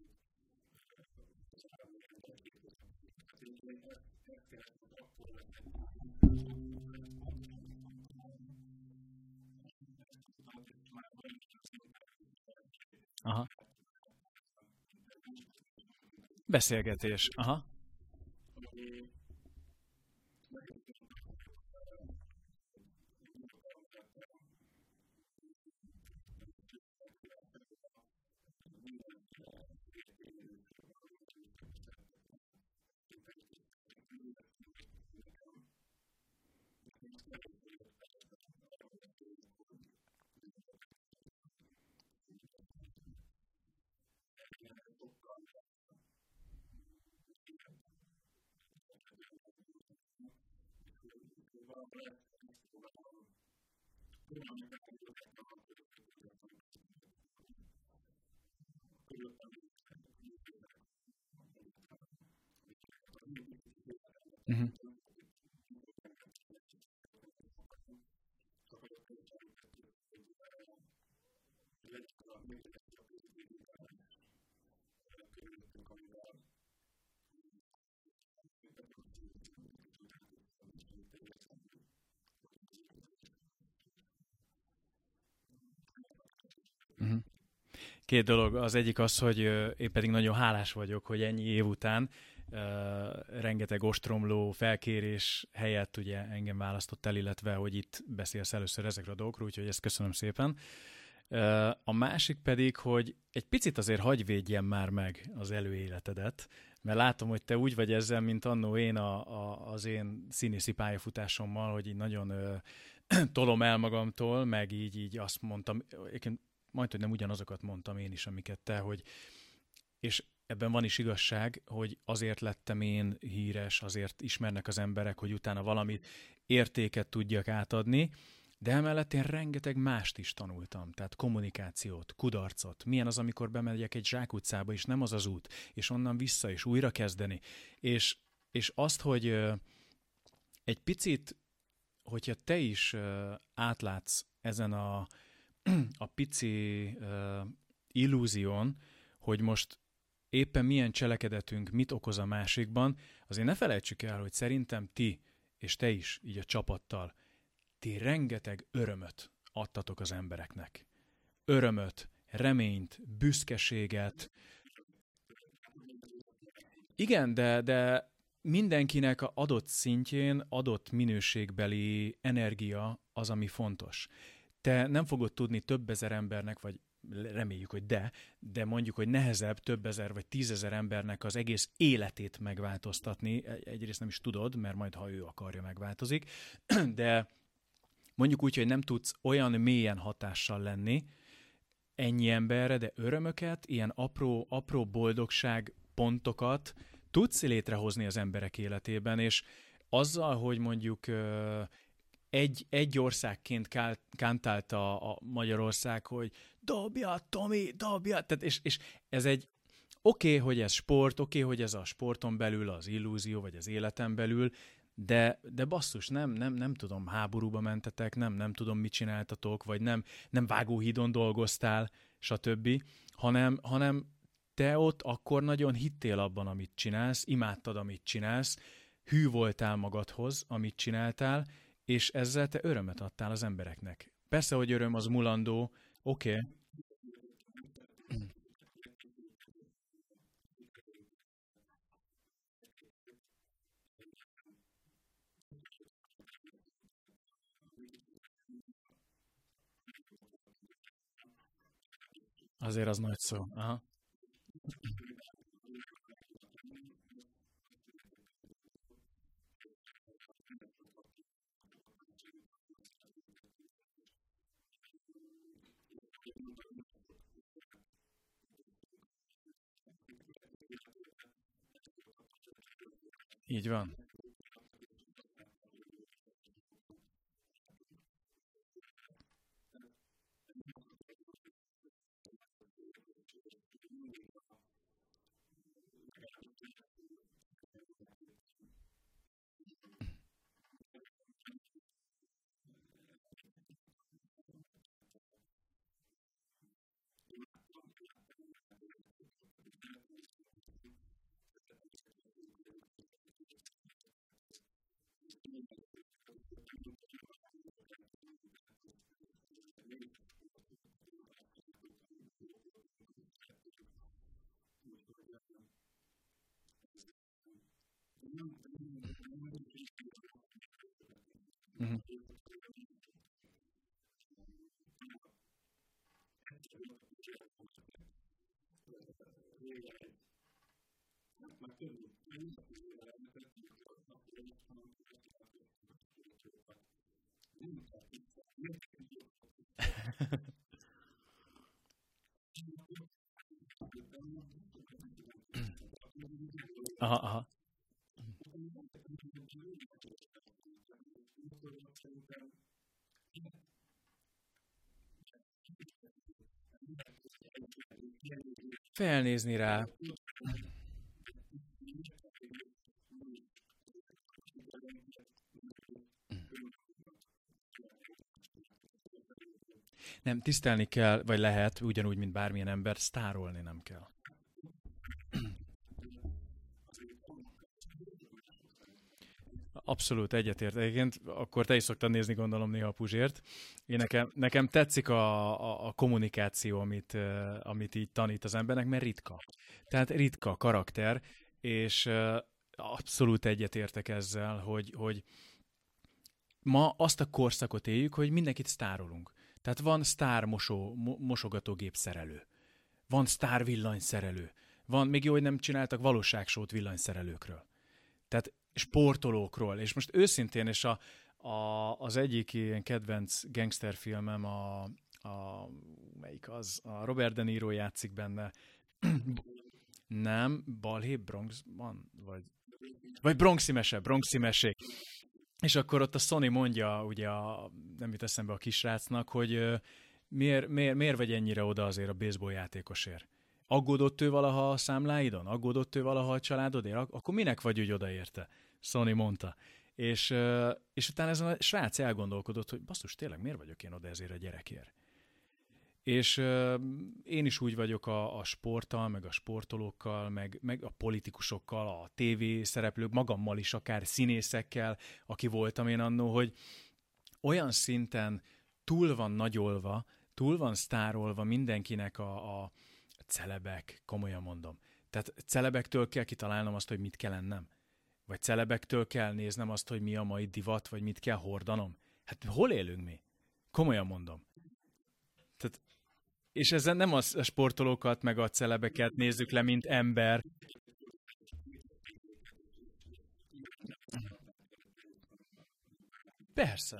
Aha. Beszélgetés. Aha. Uh-huh. Uh-huh. Két dolog. Az egyik az, hogy én pedig nagyon hálás vagyok, hogy ennyi év után rengeteg ostromló felkérés helyett ugye engem választott el, illetve hogy itt beszélsz először ezekről a dolgokról, úgyhogy ezt köszönöm szépen. A másik pedig, hogy egy picit azért hagyj védjem már meg az előéletedet, mert látom, hogy te úgy vagy ezzel, mint annó én az én színészi pályafutásommal, hogy így nagyon tolom el magamtól, meg így azt mondtam, majd, hogy nem ugyanazokat mondtam én is, amiket te, hogy és ebben van is igazság, hogy azért lettem én híres, azért ismernek az emberek, hogy utána valamit értéket tudjak átadni, de emellett én rengeteg mást is tanultam, tehát kommunikációt, kudarcot, milyen az, amikor bemegyek egy zsákutcába, és nem az az út, és onnan vissza, és újra kezdeni. És azt, hogy egy picit, hogyha te is átlátsz ezen a pici illúzión, hogy most éppen milyen cselekedetünk mit okoz a másikban, azért ne felejtsük el, hogy szerintem ti, és te is, így a csapattal, ti rengeteg örömöt adtatok az embereknek. Örömöt, reményt, büszkeséget. Igen, de mindenkinek a adott szintjén, adott minőségbeli energia az, ami fontos. Te nem fogod tudni több ezer embernek, vagy reméljük, hogy de mondjuk, hogy nehezebb több ezer vagy 10 000 embernek az egész életét megváltoztatni. Egyrészt nem is tudod, mert majd, ha ő akarja, megváltozik, de mondjuk úgy, hogy nem tudsz olyan mélyen hatással lenni ennyi emberre, de örömöket, ilyen apró boldogság pontokat tudsz létrehozni az emberek életében, és azzal, hogy mondjuk egy országként kántálta a Magyarország, hogy dobja, Tomi, dobja, tehát és ez egy oké, hogy ez sport, oké, hogy ez a sporton belül az illúzió, vagy az életen belül, de basszus, nem tudom, háborúba mentetek, nem tudom, mit csináltatok, vagy nem vágóhídon dolgoztál, stb., hanem te ott akkor nagyon hittél abban, amit csinálsz, imádtad, amit csinálsz, hű voltál magadhoz, amit csináltál, és ezzel te örömet adtál az embereknek. Persze, hogy öröm az mulandó, oké. Azért az nagy szó. Aha. Így van. Mhm. Aha, aha. Felnézni rá. Nem, tisztelni kell, vagy lehet, ugyanúgy, mint bármilyen ember, sztárolni nem kell. Abszolút egyetért. Egyébként akkor te is szoktad nézni, gondolom, néha a Puzsért. Nekem tetszik a kommunikáció, amit így tanít az embernek, mert ritka. Tehát ritka karakter, és abszolút egyetértek ezzel, hogy ma azt a korszakot éljük, hogy mindenkit sztárolunk. Tehát van sztár mosogatógép szerelő, van sztár villanyszerelő, van, még jó, hogy nem csináltak valóságsót villanyszerelőkről. Tehát sportolókról, és most őszintén, és az egyik ilyen kedvenc gangsterfilmem, melyik az, a Robert De Niro játszik benne, nem, Balhé Bronxban, vagy Bronxi mesék. És akkor ott a Sony mondja, ugye nem jut eszembe a kisrácnak, hogy miért vagy ennyire oda azért a baseball játékosért? Aggódott ő valaha a számláidon? Aggódott ő valaha a családodért? Akkor minek vagy úgy odaérte? Sony mondta. És utána ezen a srác elgondolkodott, hogy basszus, tényleg miért vagyok én oda ezért a gyerekért? És én is úgy vagyok a sporttal, meg a sportolókkal, meg a politikusokkal, a TV szereplők, magammal is, akár színészekkel, aki voltam én annó, hogy olyan szinten túl van nagyolva, túl van sztárolva mindenkinek a celebek, komolyan mondom. Tehát celebektől kell kitalálnom azt, hogy mit kell ennem. Vagy celebektől kell néznem azt, hogy mi a mai divat, vagy mit kell hordanom. Hát hol élünk mi? Komolyan mondom. Tehát, és ezzel nem a sportolókat, meg a celebeket nézzük le, mint ember. Persze.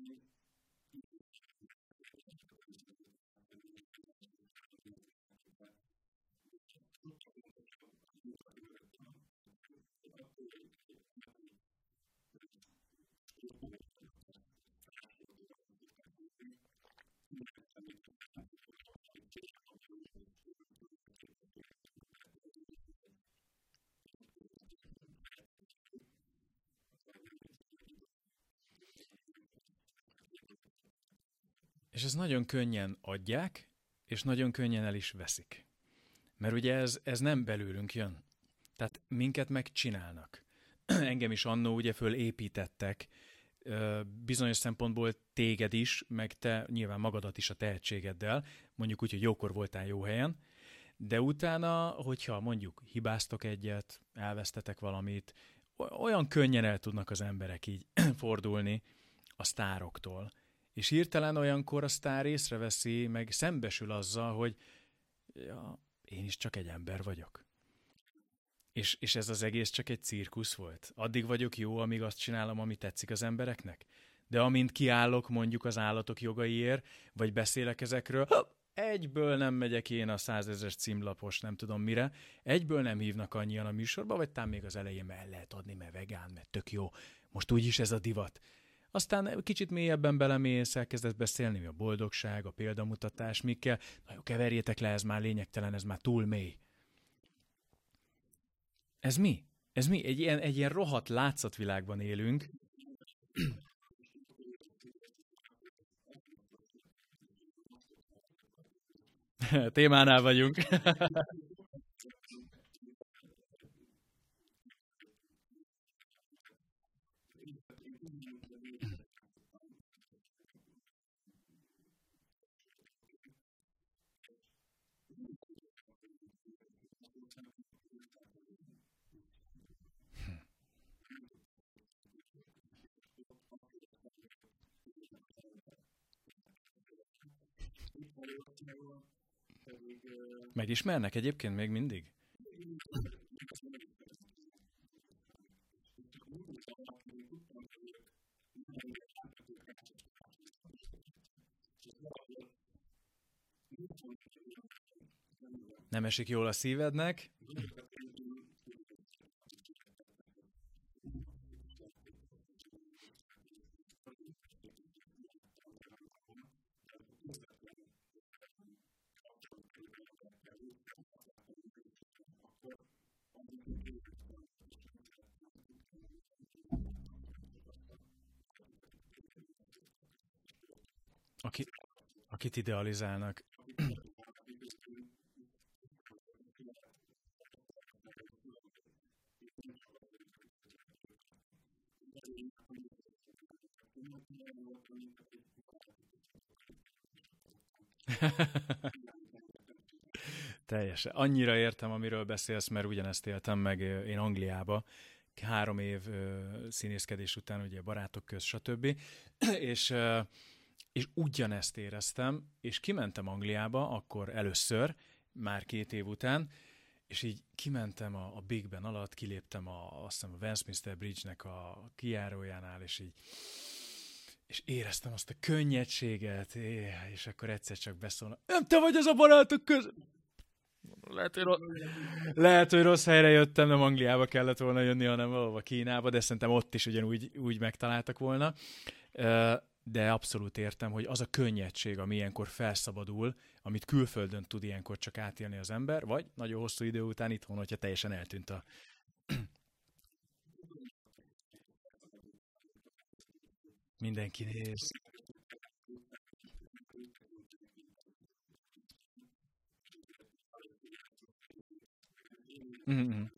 És ez nagyon könnyen adják, és nagyon könnyen el is veszik. Mert ugye ez nem belőlünk jön. Tehát minket megcsinálnak. Engem is annó ugye fölépítettek, bizonyos szempontból téged is, meg te nyilván magadat is a tehetségeddel, mondjuk úgy, hogy jókor voltál jó helyen, de utána, hogyha mondjuk hibáztok egyet, elvesztetek valamit, olyan könnyen el tudnak az emberek így fordulni a sztároktól. És hirtelen olyankor a sztár észreveszi, meg szembesül azzal, hogy ja, én is csak egy ember vagyok. És ez az egész csak egy cirkusz volt. Addig vagyok jó, amíg azt csinálom, ami tetszik az embereknek. De amint kiállok mondjuk az állatok jogaiért, vagy beszélek ezekről, egyből nem megyek én a 100 000 címlapos, nem tudom mire, egyből nem hívnak annyian a műsorba, vagy talán még az elején mert el lehet adni, mert vegán, mert tök jó. Most úgyis ez a divat. Aztán kicsit mélyebben belemész, elkezdesz beszélni, mi a boldogság, a példamutatás, mikkel. Na jó, keverjétek le, ez már lényegtelen, ez már túl mély. Ez mi? Ez mi? Egy ilyen rohadt látszatvilágban élünk. Témánál vagyunk. Megismernek egyébként még mindig? Nem esik jól a szívednek? Aki, akit idealizálnak. Teljesen. Annyira értem, amiről beszélsz, mert ugyanezt éltem meg én Angliába. 3 év színészkedés után, ugye barátok köz, stb. és, és ugyanezt éreztem, és kimentem Angliába, akkor először, már 2 év után, és így kimentem a Big Ben alatt, kiléptem azt hiszem a Westminster Bridge-nek a kijárójánál, és éreztem azt a könnyedséget, és akkor egyszer csak beszólnak, nem te vagy az a barátok köz... Lehet, hogy rossz helyre jöttem, nem Angliába kellett volna jönni, hanem valahova Kínába, de szerintem ott is ugyanúgy úgy megtaláltak volna. De abszolút értem, hogy az a könnyedség, ami ilyenkor felszabadul, amit külföldön tud ilyenkor csak átélni az ember, vagy nagyon hosszú idő után itthon, hogyha teljesen eltűnt a... Mindenki néz. Mm-mm.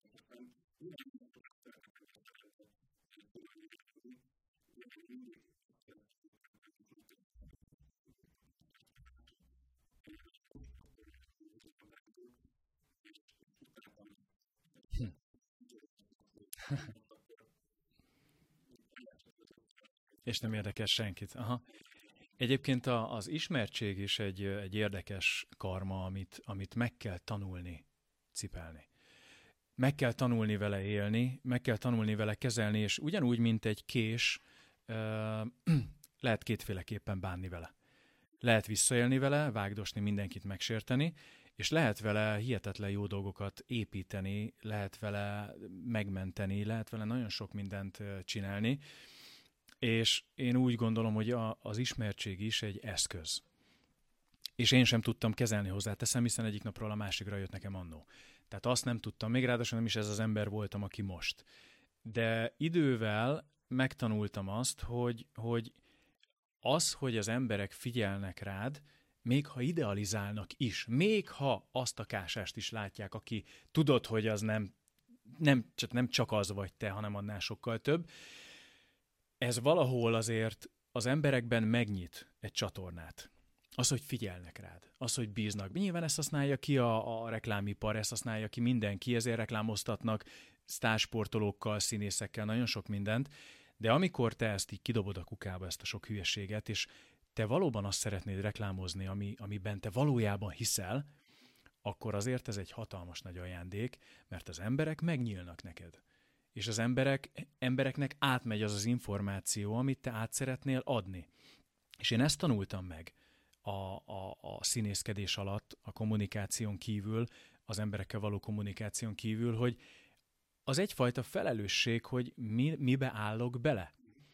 És nem érdekes senkit. Aha. Egyébként az ismertség is egy érdekes karma, amit meg kell tanulni, cipelni. Meg kell tanulni vele élni, meg kell tanulni vele kezelni, és ugyanúgy, mint egy kés, lehet kétféleképpen bánni vele. Lehet visszaélni vele, vágdosni, mindenkit megsérteni, és lehet vele hihetetlen jó dolgokat építeni, lehet vele megmenteni, lehet vele nagyon sok mindent csinálni, és én úgy gondolom, hogy az ismertség is egy eszköz. És én sem tudtam kezelni, hozzáteszem, hiszen egyik napról a másikra jött nekem annó. Tehát azt nem tudtam, még ráadásul nem is ez az ember voltam, aki most. De idővel megtanultam azt, hogy hogy az emberek figyelnek rád, még ha idealizálnak is, még ha azt a kásást is látják, aki tudod, hogy az nem csak az vagy te, hanem annál sokkal több, ez valahol azért az emberekben megnyit egy csatornát. Az, hogy figyelnek rád, az, hogy bíznak. Nyilván ezt használja ki a reklámipar, ezt használja ki mindenki, ezért reklámoztatnak sztársportolókkal, színészekkel, nagyon sok mindent, de amikor te ezt így kidobod a kukába, ezt a sok hülyeséget, és te valóban azt szeretnéd reklámozni, amiben te valójában hiszel, akkor azért ez egy hatalmas nagy ajándék, mert az emberek megnyílnak neked. És az embereknek átmegy az információ, amit te át szeretnél adni. És én ezt tanultam meg a színészkedés alatt, a kommunikáción kívül, az emberekkel való kommunikáción kívül, hogy az egyfajta felelősség, hogy mibe állok bele.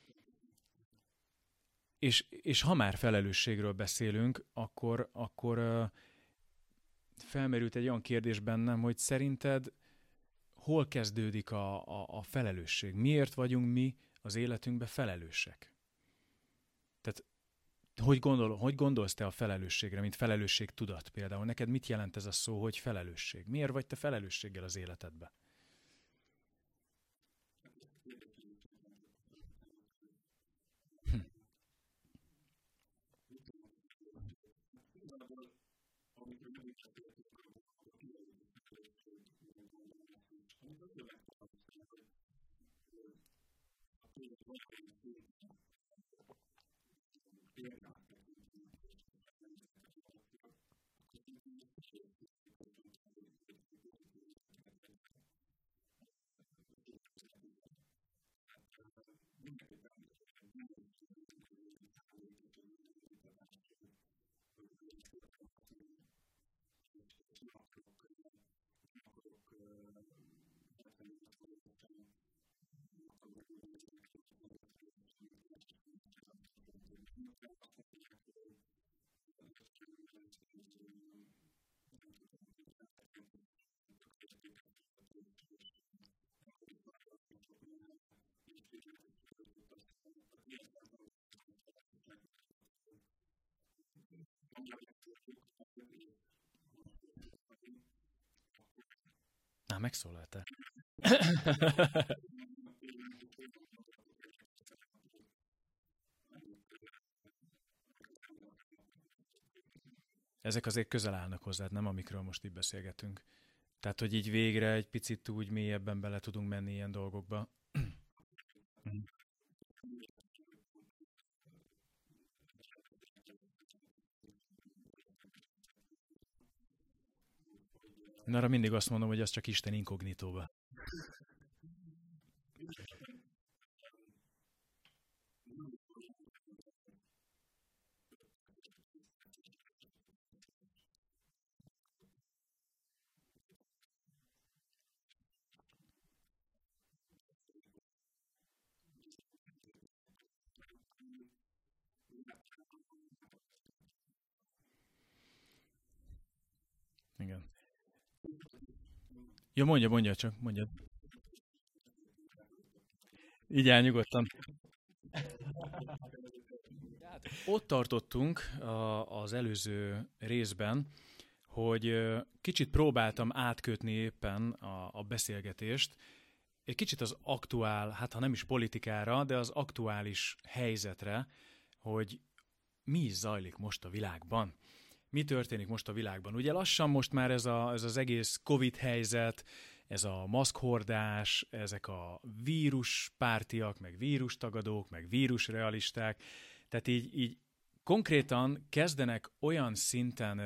És ha már felelősségről beszélünk, akkor felmerült egy olyan kérdés bennem, hogy szerinted hol kezdődik a felelősség? Miért vagyunk mi az életünkben felelősek? Tehát hogy gondolsz te a felelősségre, mint felelősségtudat például? Neked mit jelent ez a szó, hogy felelősség? Miért vagy te felelősséggel az életedben? Megszólaltál. Ezek azért közel állnak hozzád, nem amikről most így beszélgetünk. Tehát, hogy így végre egy picit úgy mélyebben bele tudunk menni ilyen dolgokba. Na, arra mindig azt mondom, hogy az csak Isten inkognitóba. Igen. Ja, mondja csak, mondja. Így áll nyugodtan. Ott tartottunk az előző részben, hogy kicsit próbáltam átkötni éppen a beszélgetést, egy kicsit az aktuál, hát ha nem is politikára, de az aktuális helyzetre, hogy mi is zajlik most a világban. Mi történik most a világban? Ugye lassan most már ez az egész Covid helyzet, ez a maszkhordás, ezek a víruspártiak, meg vírustagadók, meg vírusrealisták. Tehát így konkrétan kezdenek olyan szinten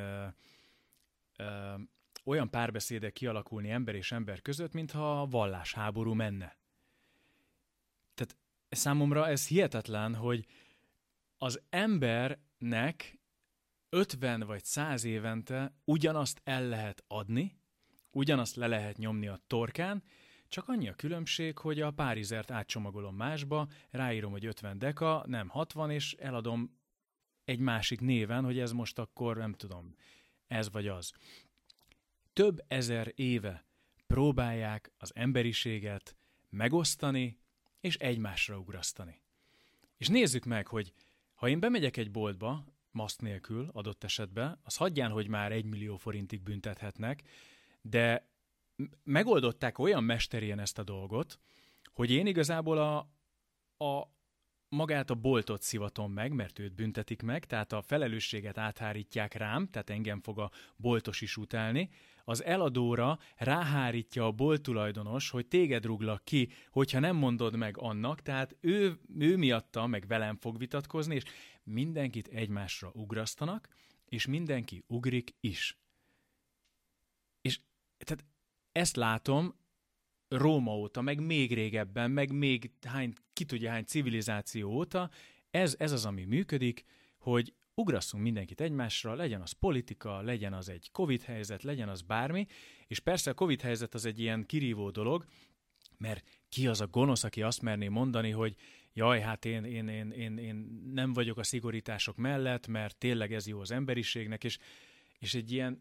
olyan párbeszédek kialakulni ember és ember között, mintha vallásháború menne. Tehát számomra ez hihetetlen, hogy az embernek 50 vagy 100 évente ugyanazt el lehet adni, ugyanazt le lehet nyomni a torkán, csak annyi a különbség, hogy a párizert átcsomagolom másba, ráírom, hogy 50 deka, nem 60, és eladom egy másik néven, hogy ez most akkor, nem tudom, ez vagy az. Több ezer éve próbálják az emberiséget megosztani és egymásra ugrasztani. És nézzük meg, hogy ha én bemegyek egy boltba, maszk nélkül adott esetben, az hagyján, hogy már 1 millió forintig büntethetnek, de megoldották olyan mesterien ezt a dolgot, hogy én igazából magát a boltot szivatom meg, mert őt büntetik meg, tehát a felelősséget áthárítják rám, tehát engem fog a boltos is utálni, az eladóra ráhárítja a bolttulajdonos, hogy téged rúglak ki, hogyha nem mondod meg annak, tehát ő miatta meg velem fog vitatkozni, és mindenkit egymásra ugrasztanak, és mindenki ugrik is. És tehát ezt látom Róma óta, meg még régebben, meg még ki tudja hány civilizáció óta, ez az, ami működik, hogy ugrasszunk mindenkit egymásra, legyen az politika, legyen az egy Covid helyzet, legyen az bármi, és persze a Covid helyzet az egy ilyen kirívó dolog, mert ki az a gonosz, aki azt merné mondani, hogy jaj, hát én nem vagyok a szigorítások mellett, mert tényleg ez jó az emberiségnek, és egy ilyen...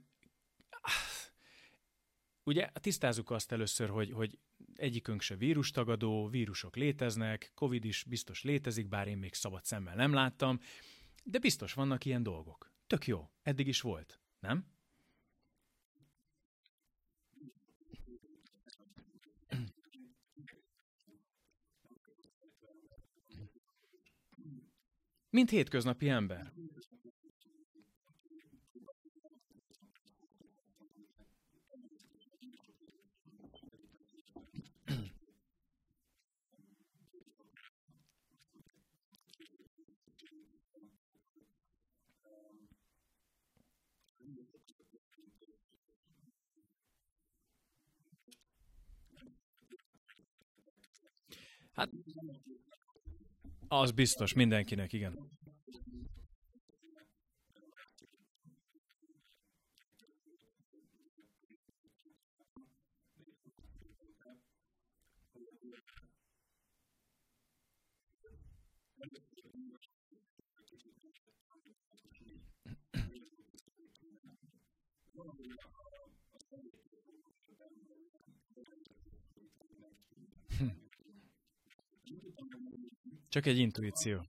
Ugye tisztázzuk azt először, hogy egyikünk se vírustagadó, vírusok léteznek, Covid is biztos létezik, bár én még szabad szemmel nem láttam, de biztos vannak ilyen dolgok. Tök jó, eddig is volt, nem? Mint hétköznapi ember. Hát az biztos mindenkinek, igen. Csak egy intuíció.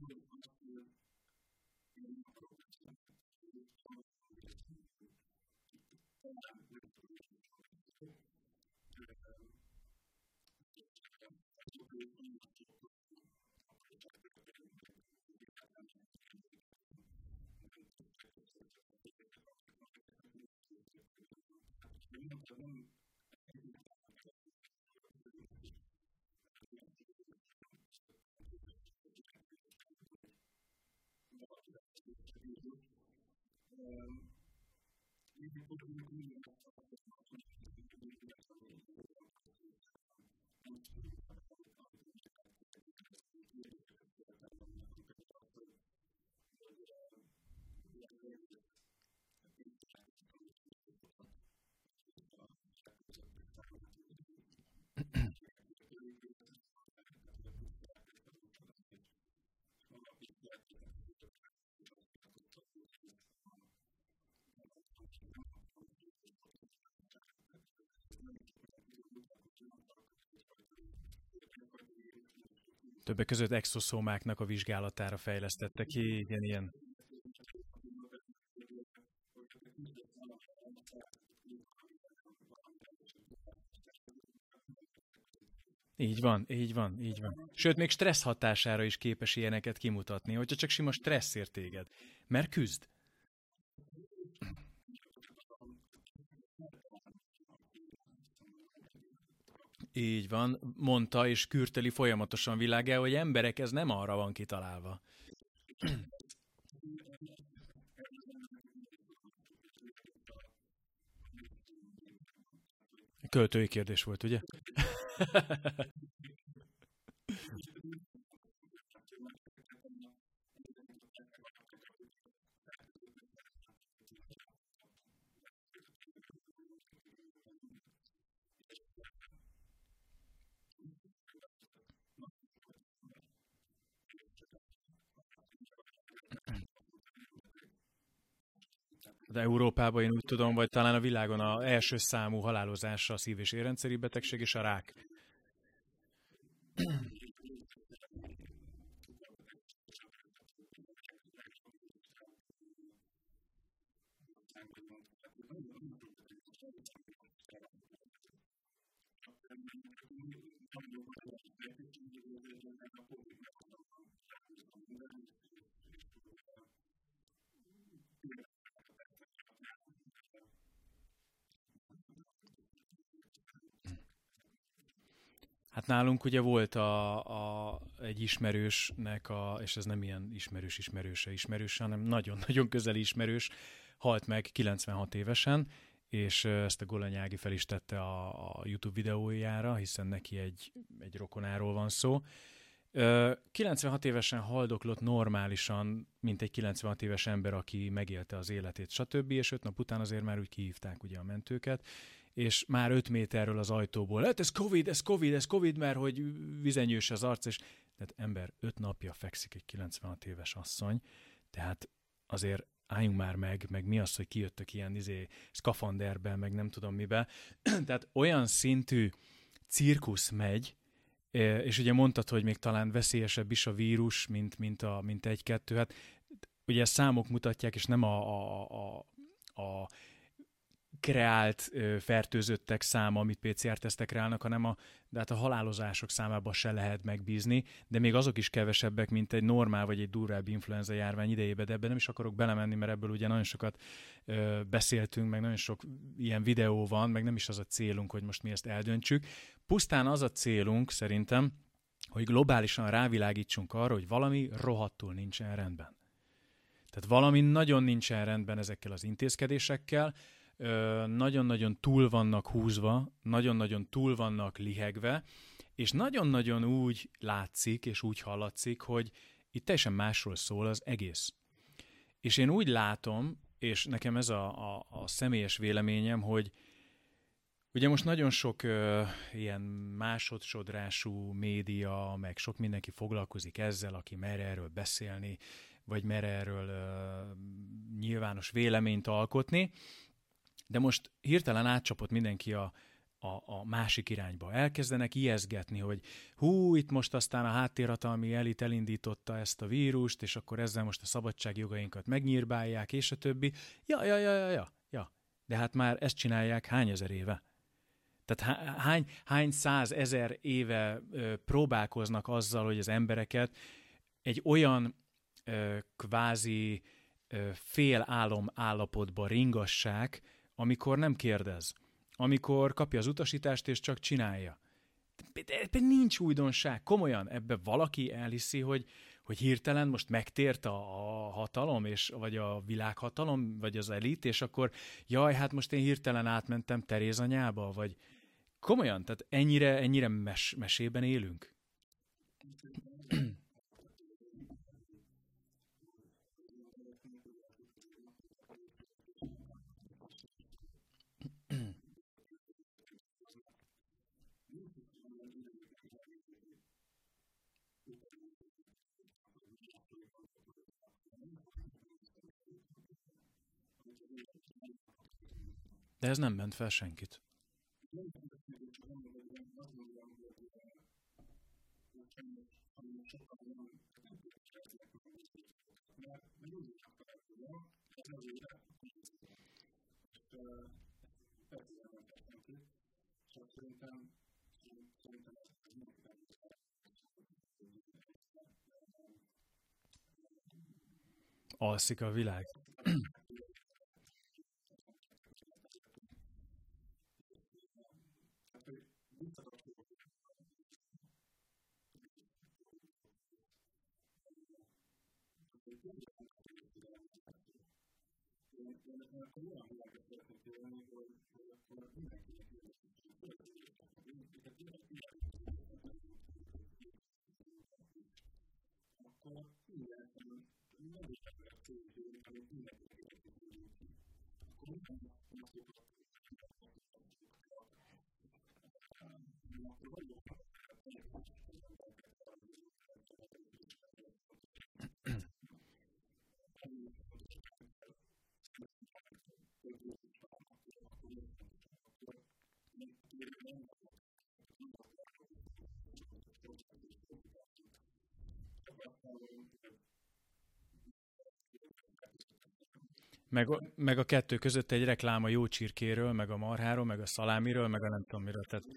Többek között exoszómáknak a vizsgálatára fejlesztette ki, igen, ilyen. Így van, így van, így van. Sőt, még stressz hatására is képes ilyeneket kimutatni, hogyha csak sima stressz ér téged. Mert küzd. Így van, mondta és kürteli folyamatosan világá, hogy emberek, ez nem arra van kitalálva. Költői kérdés volt, ugye? De Európában én úgy tudom, vagy talán a világon az első számú halálozása a szív- és érrendszeri betegség és a rák. Hát nálunk ugye volt egy ismerősnek, és ez nem ilyen ismerőse, hanem nagyon-nagyon közeli ismerős, halt meg 96 évesen, és ezt a Golany Ági fel is tette a YouTube videójára, hiszen neki egy rokonáról van szó. 96 évesen haldoklott normálisan, mint egy 96 éves ember, aki megélte az életét, stb. És 5 nap után azért már úgy kihívták ugye a mentőket, és már 5 méterről az ajtóból, hát ez Covid, mert hogy vizenyős az arc, és tehát ember 5 napja fekszik egy 96 éves asszony, tehát azért álljunk már meg mi az, hogy kijöttök ilyen szkafanderben, meg nem tudom miben. Tehát olyan szintű cirkusz megy, és ugye mondtad, hogy még talán veszélyesebb is a vírus, mint egy-kettő. Hát ugye számok mutatják, és nem a kreált fertőzöttek száma, amit PCR-tesztekre állnak, hanem de hát a halálozások számában se lehet megbízni, de még azok is kevesebbek, mint egy normál vagy egy durvább influenza járvány idejében, de ebben nem is akarok belemenni, mert ebből ugye nagyon sokat beszéltünk, meg nagyon sok ilyen videó van, meg nem is az a célunk, hogy most mi ezt eldöntsük. Pusztán az a célunk szerintem, hogy globálisan rávilágítsunk arra, hogy valami rohadtul nincsen rendben. Tehát valami nagyon nincsen rendben ezekkel az intézkedésekkel, nagyon-nagyon túl vannak húzva, nagyon-nagyon túl vannak lihegve, és nagyon-nagyon úgy látszik, és úgy hallatszik, hogy itt teljesen másról szól az egész. És én úgy látom, és nekem ez a személyes véleményem, hogy ugye most nagyon sok ilyen másodsodrású média, meg sok mindenki foglalkozik ezzel, aki mer erről beszélni, vagy mer erről nyilvános véleményt alkotni, de most hirtelen átcsapott mindenki a másik irányba. Elkezdenek ijeszgetni, hogy itt most aztán a háttérhatalmi elit elindította ezt a vírust, és akkor ezzel most a szabadságjogainkat megnyírbálják, és a többi. Ja. De hát már ezt csinálják hány ezer éve? Tehát hány százezer éve próbálkoznak azzal, hogy az embereket egy olyan kvázi félálom állapotba ringassák, amikor nem kérdez, amikor kapja az utasítást és csak csinálja. Ebben nincs újdonság. Komolyan, ebben valaki elhiszi, hogy hirtelen most megtért a hatalom, vagy a világhatalom, vagy az elit, és akkor hát most én hirtelen átmentem Teréz anyába, vagy komolyan, tehát ennyire mesében élünk. De ez nem ment fel senkit. Alszik a világ. Meg a kettő között egy reklám a jó csirkéről, meg a marháról, meg a szalámiről, meg a nem tudom miről. Tehát...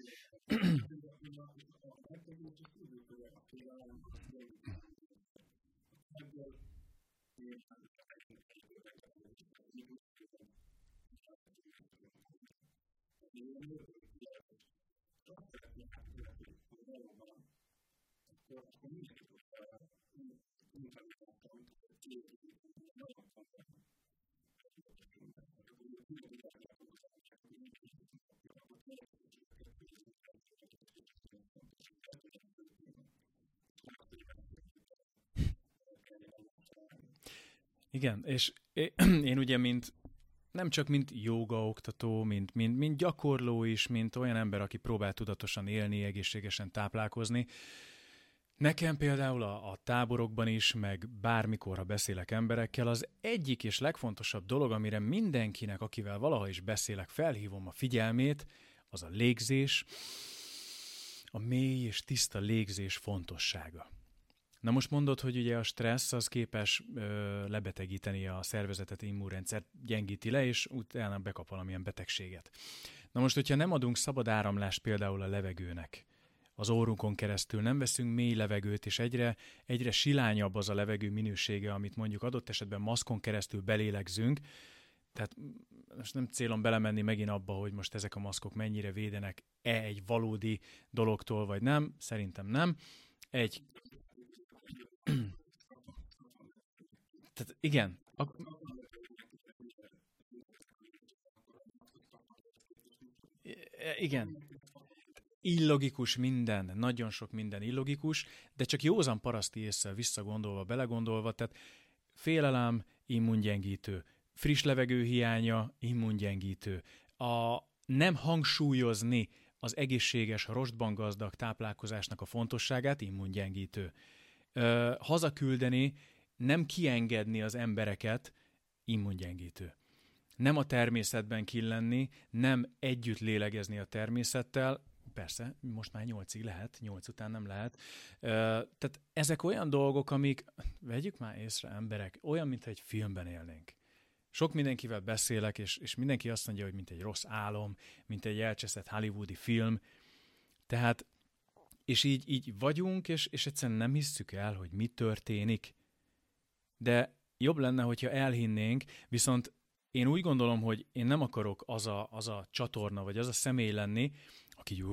Igen, és én ugye, nem csak mint jóga oktató, mint gyakorló is, mint olyan ember, aki próbál tudatosan élni, egészségesen táplálkozni. Nekem például a táborokban is, meg bármikor, ha beszélek emberekkel, az egyik és legfontosabb dolog, amire mindenkinek, akivel valaha is beszélek, felhívom a figyelmét, az a légzés, a mély és tiszta légzés fontossága. Na most mondod, hogy ugye a stressz az képes lebetegíteni a szervezetet, immunrendszert, gyengíti le, és utána bekap valamilyen betegséget. Na most, hogyha nem adunk szabad áramlást például a levegőnek, az orrunkon keresztül nem veszünk mély levegőt, és egyre silányabb az a levegő minősége, amit mondjuk adott esetben maszkon keresztül belélegzünk, tehát most nem célom belemenni megint abba, hogy most ezek a maszkok mennyire védenek-e egy valódi dologtól, vagy nem, szerintem nem. Tehát igen. Igen. Illogikus minden, nagyon sok minden illogikus, de csak józan paraszti ésszel visszagondolva, belegondolva, tehát félelem, immungyengítő, friss levegő hiánya, immungyengítő, a nem hangsúlyozni az egészséges, rostban gazdag táplálkozásnak a fontosságát, immungyengítő. Hazaküldeni, nem kiengedni az embereket, immungyengítő. Nem a természetben killenni, nem együtt lélegezni a természettel, persze, most már 8-ig lehet, 8 után nem lehet. Tehát ezek olyan dolgok, amik, vegyük már észre emberek, olyan, mintha egy filmben élnénk. Sok mindenkivel beszélek, és mindenki azt mondja, hogy mint egy rossz álom, mint egy elcseszett hollywoodi film. Tehát, és így vagyunk, és egyszerűen nem hisszük el, hogy mi történik. De jobb lenne, hogyha elhinnénk, viszont én úgy gondolom, hogy én nem akarok az a csatorna, vagy az a személy lenni, aki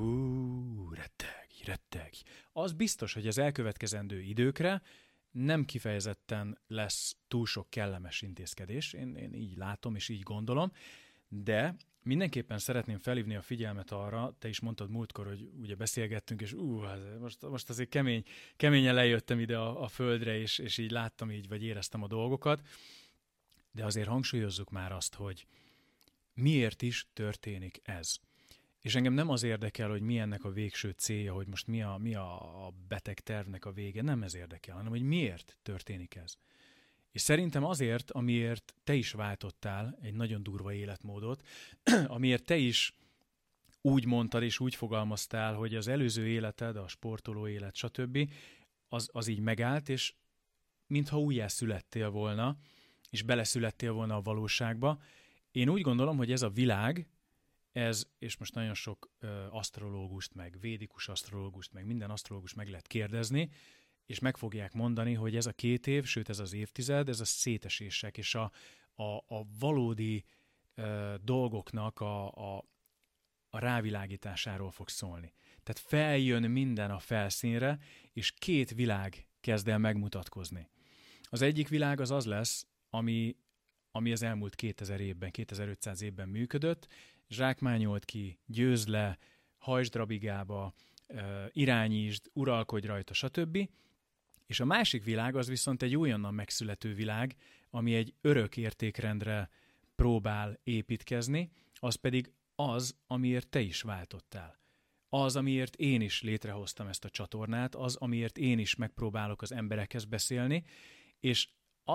retteg. Az biztos, hogy az elkövetkezendő időkre nem kifejezetten lesz túl sok kellemes intézkedés, én így látom és így gondolom, de mindenképpen szeretném felhívni a figyelmet arra, te is mondtad múltkor, hogy ugye beszélgettünk, és most azért keményen lejöttem ide a földre, és így láttam így, vagy éreztem a dolgokat, de azért hangsúlyozzuk már azt, hogy miért is történik ez. És engem nem az érdekel, hogy mi ennek a végső célja, hogy most mi a beteg tervnek a vége, nem ez érdekel, hanem hogy miért történik ez. És szerintem azért, amiért te is váltottál egy nagyon durva életmódot, amiért te is úgy mondtad és úgy fogalmaztál, hogy az előző életed, a sportoló élet, stb. Az így megállt, és mintha újjászülettél volna, és beleszülettél volna a valóságba. Én úgy gondolom, hogy ez a világ, és most nagyon sok asztrológust, meg védikus asztrológust, meg minden asztrológust meg lehet kérdezni, és meg fogják mondani, hogy ez a 2 év, sőt ez az évtized, ez a szétesések, és a valódi dolgoknak a rávilágításáról fog szólni. Tehát feljön minden a felszínre, és 2 világ kezd el megmutatkozni. Az egyik világ az lesz, ami az elmúlt 2000 évben, 2500 évben működött, zsákmányolt ki, győzd le, hajtsd rabigába, irányítsd, uralkodj rajta, stb. És a másik világ az viszont egy újonnan megszülető világ, ami egy örök értékrendre próbál építkezni, az pedig az, amiért te is váltottál. Az, amiért én is létrehoztam ezt a csatornát, az, amiért én is megpróbálok az emberekhez beszélni, és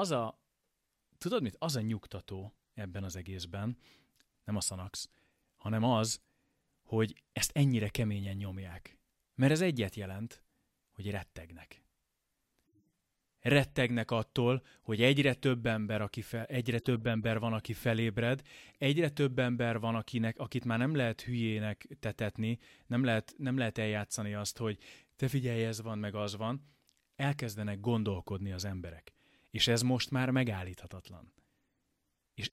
tudod mit? Az a nyugtató ebben az egészben, nem a Xanax, hanem az, hogy ezt ennyire keményen nyomják. Mert ez egyet jelent, hogy rettegnek. Rettegnek attól, hogy egyre több ember van, aki felébred, egyre több ember van, akit már nem lehet hülyének tetetni, nem lehet eljátszani azt, hogy te figyelj, ez van, meg az van. Elkezdenek gondolkodni az emberek. És ez most már megállíthatatlan. És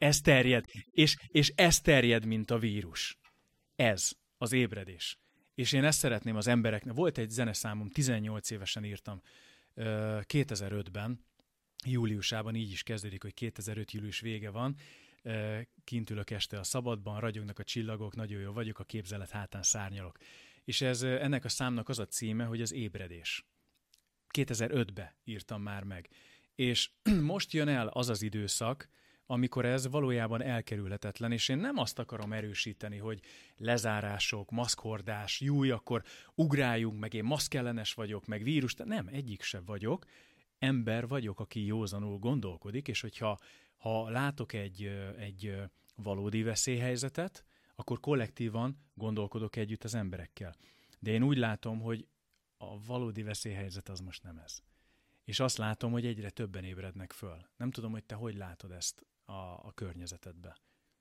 ez terjed, mint a vírus. Ez az ébredés. És én ezt szeretném az embereknek. Volt egy zeneszámom, 18 évesen írtam, 2005-ben, júliusában, így is kezdődik, hogy 2005 július vége van, kint ülök este a szabadban, ragyognak a csillagok, nagyon jó vagyok, a képzelet hátán szárnyalok. És ennek a számnak az a címe, hogy az ébredés. 2005-ben írtam már meg. És most jön el az az időszak, amikor ez valójában elkerülhetetlen, és én nem azt akarom erősíteni, hogy lezárások, maszkhordás, akkor ugráljunk, meg én maszkellenes vagyok, meg vírus, nem, egyik sem vagyok, ember vagyok, aki józanul gondolkodik, és hogyha látok egy valódi veszélyhelyzetet, akkor kollektívan gondolkodok együtt az emberekkel. De én úgy látom, hogy a valódi veszélyhelyzet az most nem ez. És azt látom, hogy egyre többen ébrednek föl. Nem tudom, hogy te hogy látod ezt a környezetedbe.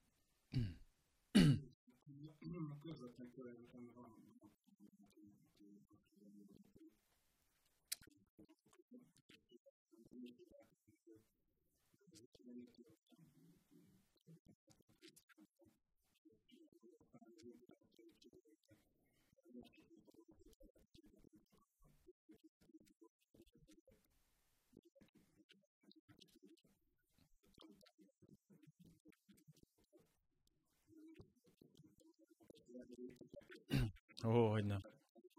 Ó, hogy nem.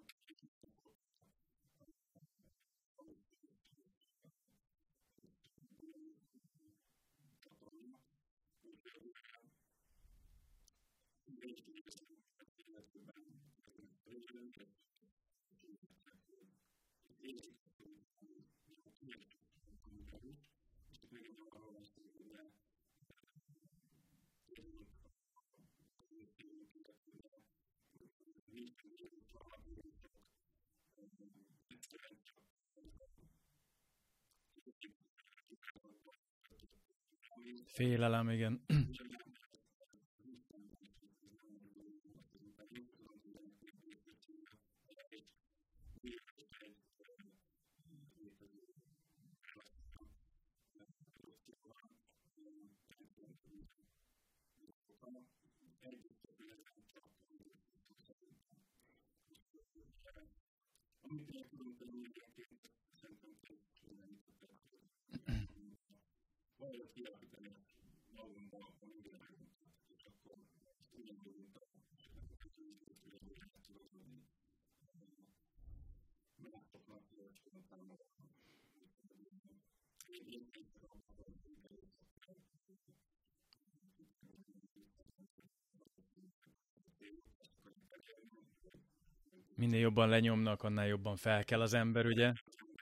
Félelem, igen. Minél jobban lenyomnak, annál jobban fel kell az ember, ugye?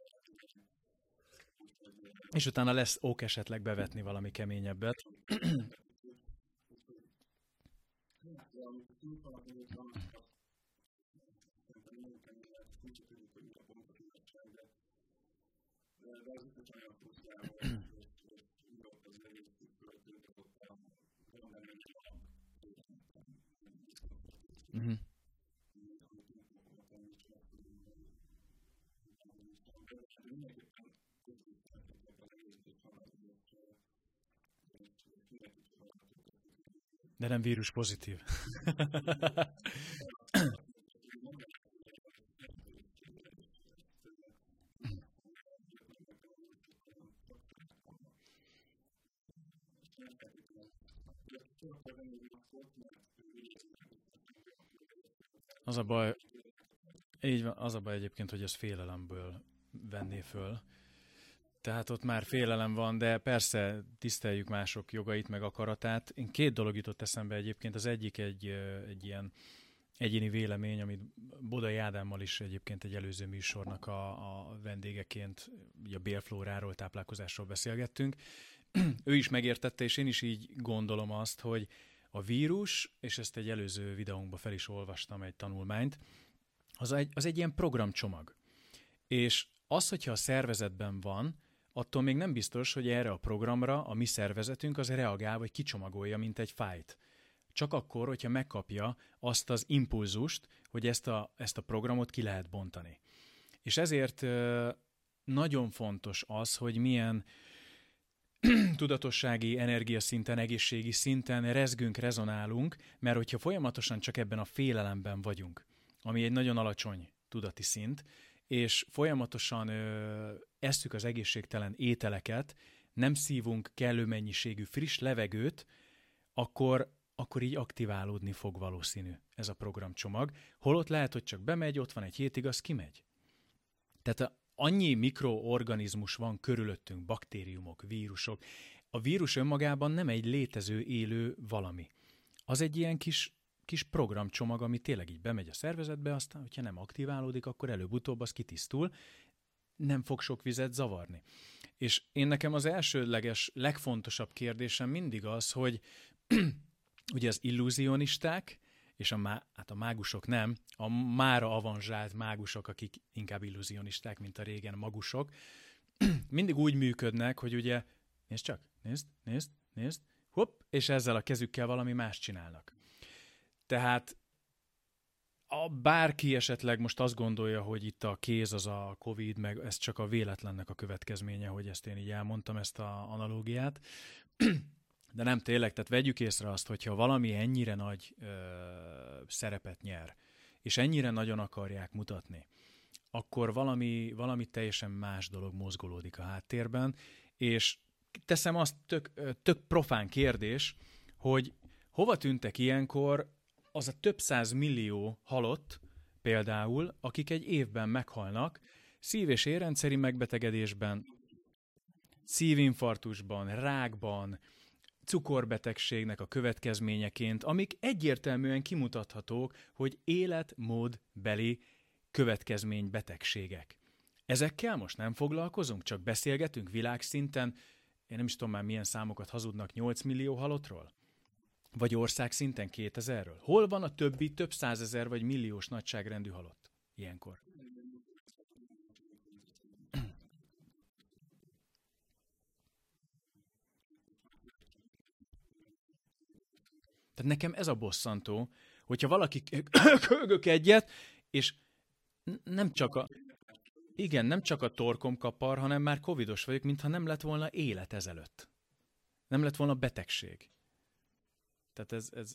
És utána lesz ok esetleg bevetni valami keményebbet. Uh-huh. De nem vírus pozitív. Az a baj, így van, az a baj egyébként, hogy ez félelemből venné föl. Tehát ott már félelem van, de persze tiszteljük mások jogait, meg akaratát. Én két dolog jutott eszembe egyébként. Az egyik egy ilyen egyéni vélemény, amit Bodai Ádámmal is egyébként egy előző műsornak a vendégeként ugye a bélflóráról, táplálkozásról beszélgettünk. Ő is megértette, és én is így gondolom azt, hogy a vírus, és ezt egy előző videónkban fel is olvastam egy tanulmányt, az egy ilyen programcsomag. És az, hogyha a szervezetben van, attól még nem biztos, hogy erre a programra a mi szervezetünk az reagál, vagy kicsomagolja, mint egy fájt. Csak akkor, hogyha megkapja azt az impulzust, hogy ezt a programot ki lehet bontani. És ezért nagyon fontos az, hogy milyen tudatossági, energiaszinten, egészségi szinten rezgünk, rezonálunk, mert hogyha folyamatosan csak ebben a félelemben vagyunk, ami egy nagyon alacsony tudati szint, és folyamatosan esszük az egészségtelen ételeket, nem szívunk kellő mennyiségű friss levegőt, akkor így aktiválódni fog valószínű ez a programcsomag. Holott lehet, hogy csak bemegy, ott van egy hétig, az kimegy. Tehát annyi mikroorganizmus van körülöttünk, baktériumok, vírusok. A vírus önmagában nem egy létező, élő valami. Az egy ilyen kis programcsomag, ami tényleg így bemegy a szervezetbe, aztán, hogyha nem aktiválódik, akkor előbb-utóbb az kitisztul, nem fog sok vizet zavarni. És én nekem az elsődleges, legfontosabb kérdésem mindig az, hogy ugye az illúzionisták, és a mágusok nem, a mára avanzsált mágusok, akik inkább illúzionisták, mint a régen magusok, mindig úgy működnek, hogy ugye, nézd csak, nézd, hopp, és ezzel a kezükkel valami más csinálnak. Tehát bárki esetleg most azt gondolja, hogy itt a kéz az a Covid, meg ez csak a véletlennek a következménye, hogy ezt én így elmondtam, ezt a analógiát. De nem tényleg, tehát vegyük észre azt, hogyha valami ennyire nagy szerepet nyer, és ennyire nagyon akarják mutatni, akkor valami teljesen más dolog mozgolódik a háttérben, és teszem azt tök profán kérdés, hogy hova tűntek ilyenkor az a több százmillió halott például, akik egy évben meghalnak, szív- és érrendszeri megbetegedésben, szívinfarktusban, rákban, cukorbetegségnek a következményeként, amik egyértelműen kimutathatók, hogy életmódbeli következménybetegségek. Ezekkel most nem foglalkozunk, csak beszélgetünk világszinten, én nem is tudom már milyen számokat hazudnak, 8 millió halottról? Vagy országszinten 2000-ről? Hol van a többi több százezer vagy milliós nagyságrendű halott ilyenkor? Tehát nekem ez a bosszantó, hogyha valaki kögök egyet, és nem csak nem csak a torkom kapar, hanem már covidos vagyok, mintha nem lett volna élet ezelőtt. Nem lett volna betegség. Tehát ez...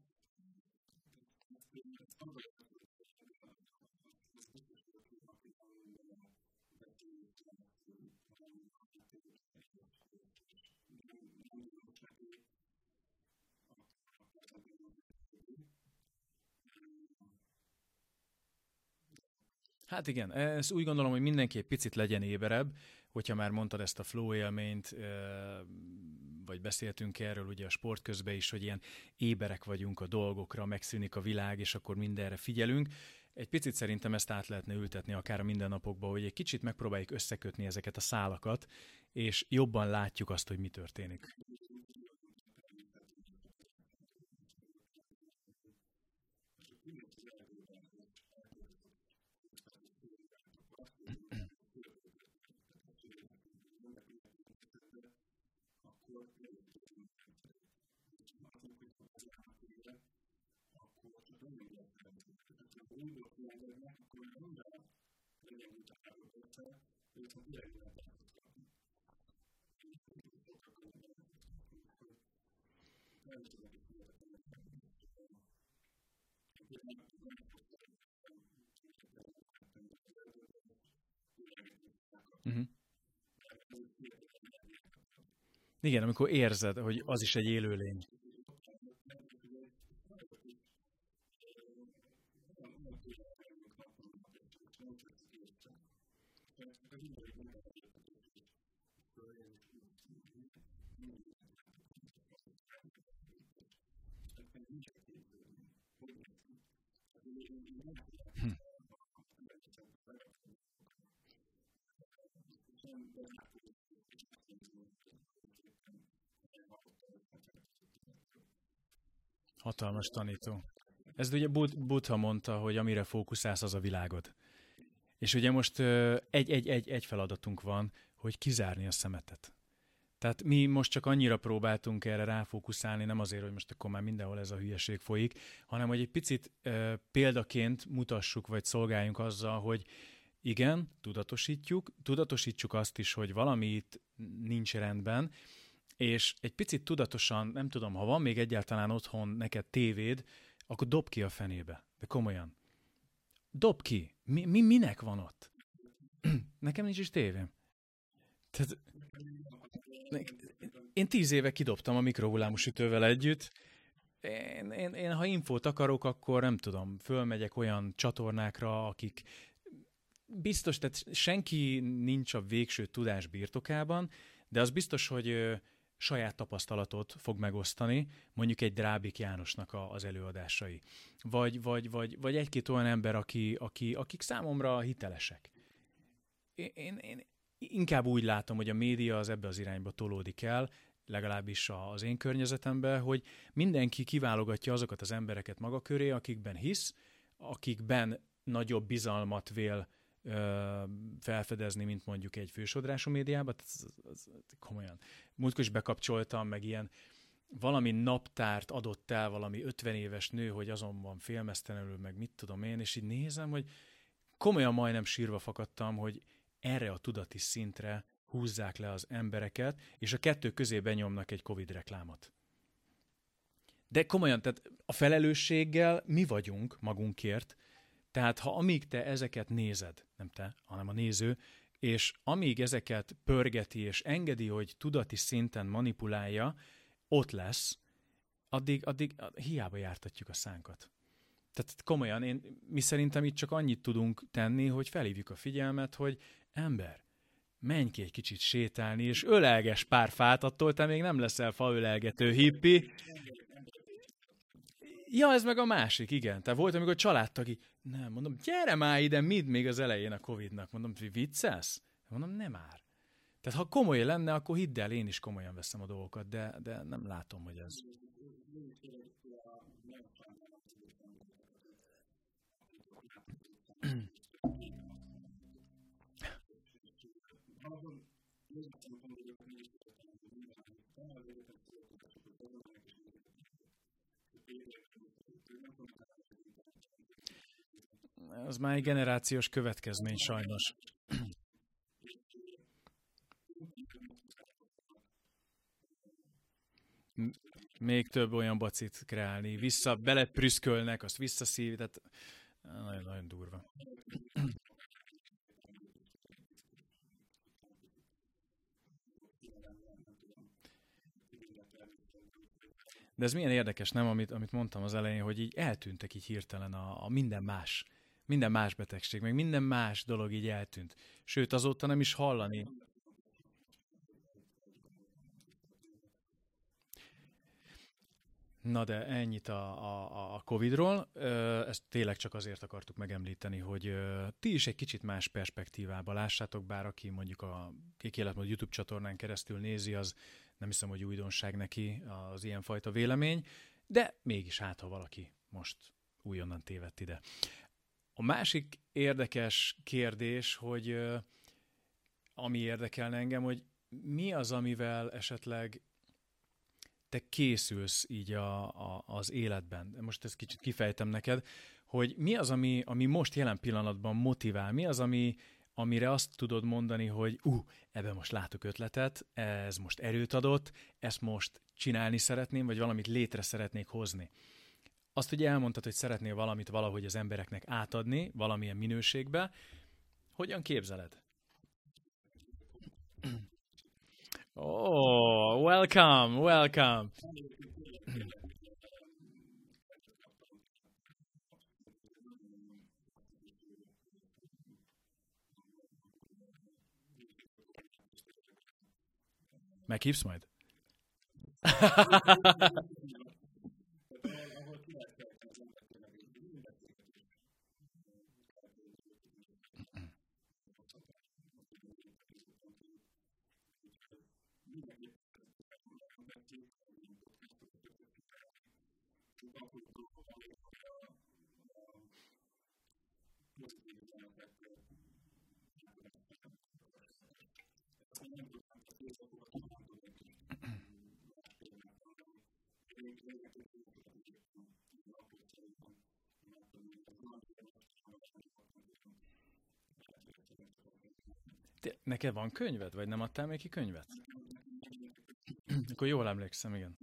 Hát igen, ezt úgy gondolom, hogy mindenki egy picit legyen éberebb, hogyha már mondtad ezt a flow élményt, vagy beszéltünk erről ugye a sport közben is, hogy ilyen éberek vagyunk a dolgokra, megszűnik a világ, és akkor mindenre figyelünk. Egy picit szerintem ezt át lehetne ültetni akár a mindennapokba, hogy egy kicsit megpróbáljuk összekötni ezeket a szálakat, és jobban látjuk azt, hogy mi történik. Uh-huh. Igen, amikor érzed, hogy az is egy élőlény. Hm. Hatalmas tanító. Ez ugye Buddha mondta, hogy amire fókuszálsz, az a világod. És ugye most egy feladatunk van, hogy kizárni a szemetet. Tehát mi most csak annyira próbáltunk erre ráfókuszálni, nem azért, hogy most akkor már mindenhol ez a hülyeség folyik, hanem hogy egy picit példaként mutassuk, vagy szolgáljunk azzal, hogy igen, tudatosítsuk azt is, hogy valami itt nincs rendben, és egy picit tudatosan, nem tudom, ha van még egyáltalán otthon neked tévéd, akkor dob ki a fenébe. De komolyan. Dob ki. Minek van ott? Nekem nincs is tévém. Tehát én 10 éve kidobtam a mikrohullámú sütővel együtt. Ha infót akarok, akkor nem tudom, fölmegyek olyan csatornákra, akik biztos, tehát senki nincs a végső tudás birtokában, de az biztos, hogy saját tapasztalatot fog megosztani, mondjuk egy Drábik Jánosnak az előadásai. Vagy egy-két olyan ember, akik számomra hitelesek. Én inkább úgy látom, hogy a média az ebbe az irányba tolódik el, legalábbis az én környezetemben, hogy mindenki kiválogatja azokat az embereket maga köré, akikben hisz, akikben nagyobb bizalmat vél felfedezni, mint mondjuk egy fősodrású médiában. Komolyan. Múltkor is bekapcsoltam, meg ilyen valami naptárt adott el valami 50 éves nő, hogy azon van félmeztelenül, meg mit tudom én, és így nézem, hogy komolyan majdnem sírva fakadtam, hogy erre a tudati szintre húzzák le az embereket, és a kettő közé benyomnak egy Covid reklámot. De komolyan, tehát a felelősséggel mi vagyunk magunkért, tehát ha amíg te ezeket nézed, nem te, hanem a néző, és amíg ezeket pörgeti és engedi, hogy tudati szinten manipulálja, ott lesz, addig hiába jártatjuk a szánkat. Tehát komolyan, mi szerintem itt csak annyit tudunk tenni, hogy felhívjuk a figyelmet, hogy ember, menj ki egy kicsit sétálni, és ölelges pár fát, attól te még nem leszel faölelgető hippi. Ja, ez meg a másik, igen. Tehát volt, amikor családtagi, nem, mondom, gyere már ide, mit még az elején a Covidnak? Mondom, viccelsz? Mondom, nem már. Tehát ha komoly lenne, akkor hidd el, én is komolyan veszem a dolgokat, de nem látom, hogy ez... Az már egy generációs következmény sajnos. Még több olyan bacit kreálni. Beleprüszkölnek, azt visszaszív, tehát nagyon durva. De ez milyen érdekes, nem, amit mondtam az elején, hogy így eltűntek így hirtelen a minden más betegség, meg minden más dolog így eltűnt. Sőt, azóta nem is hallani. Na de ennyit a Covid-ról. Ezt tényleg csak azért akartuk megemlíteni, hogy ti is egy kicsit más perspektívába lássátok, bár aki mondjuk a Kék Életmód YouTube csatornán keresztül nézi, az nem hiszem, hogy újdonság neki az ilyenfajta vélemény, de mégis hát, ha valaki most újonnan tévedt ide. A másik érdekes kérdés, hogy ami érdekelne engem, hogy mi az, amivel esetleg te készülsz így az életben. Most ezt kicsit kifejtem neked, hogy mi az, ami most jelen pillanatban motivál, mi az, amire azt tudod mondani, hogy ebben most látok ötletet, ez most erőt adott, ezt most csinálni szeretném, vagy valamit létre szeretnék hozni. Azt ugye elmondtad, hogy szeretnél valamit valahogy az embereknek átadni, valamilyen minőségbe. Hogyan képzeled? Oh, welcome, welcome. Meghívsz majd? Neked van könyved, vagy nem adtál még ki könyvet? Akkor jól emlékszem, igen.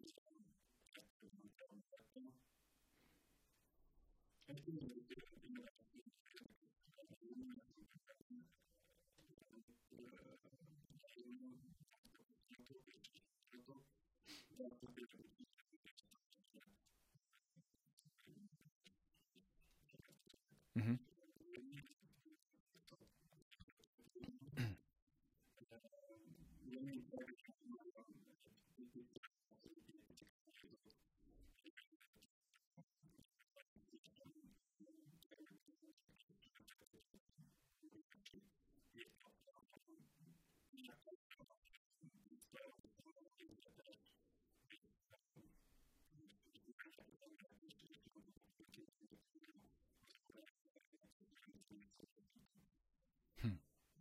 Uh-huh. Hm.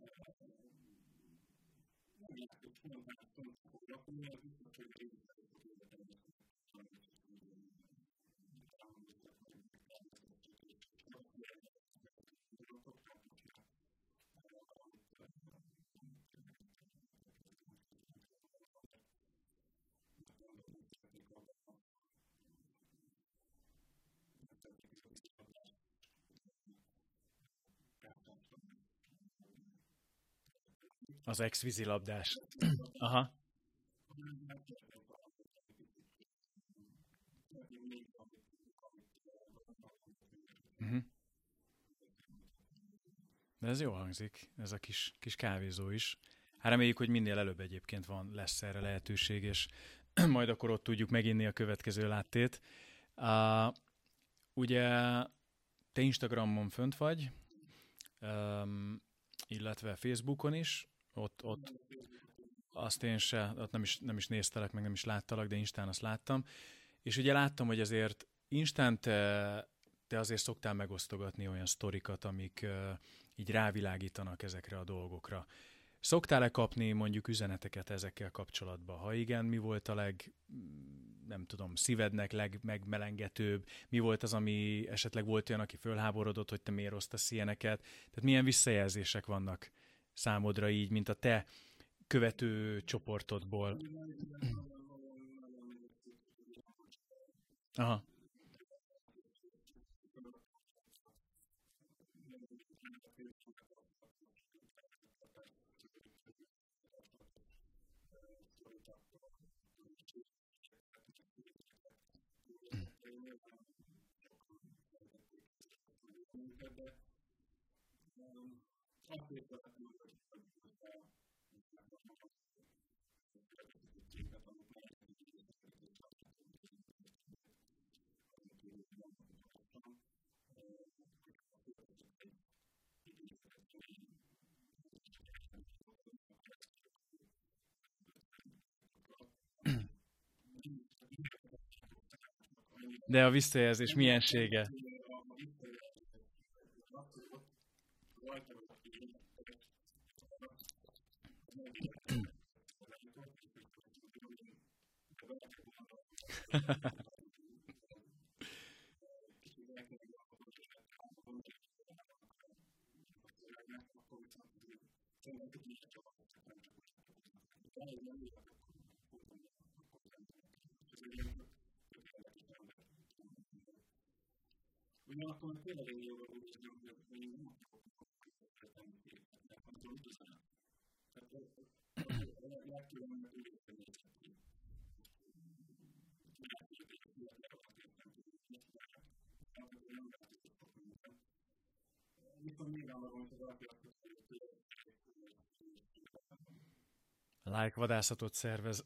Az ex-vízilabdás. Aha. Uh-huh. De ez jól hangzik, ez a kis kávézó is. Hát reméljük, hogy minél előbb egyébként lesz erre lehetőség, és majd akkor ott tudjuk meginni a következő láttét. Ugye te Instagramon fönt vagy, illetve Facebookon is, ott azt én se, ott nem is néztelek, meg nem is láttalak, de Instán azt láttam. És ugye láttam, hogy azért Instán te azért szoktál megosztogatni olyan sztorikat, amik így rávilágítanak ezekre a dolgokra. Szoktál-e kapni mondjuk üzeneteket ezekkel kapcsolatban? Ha igen, mi volt a nem tudom, szívednek legmegmelengetőbb? Mi volt az, ami esetleg volt olyan, aki fölháborodott, hogy te miért osztasz ilyeneket? Tehát milyen visszajelzések vannak számodra így, mint a te követő csoportodból? Aha. De a visszajelzés miensége? Like vadászatot szervez.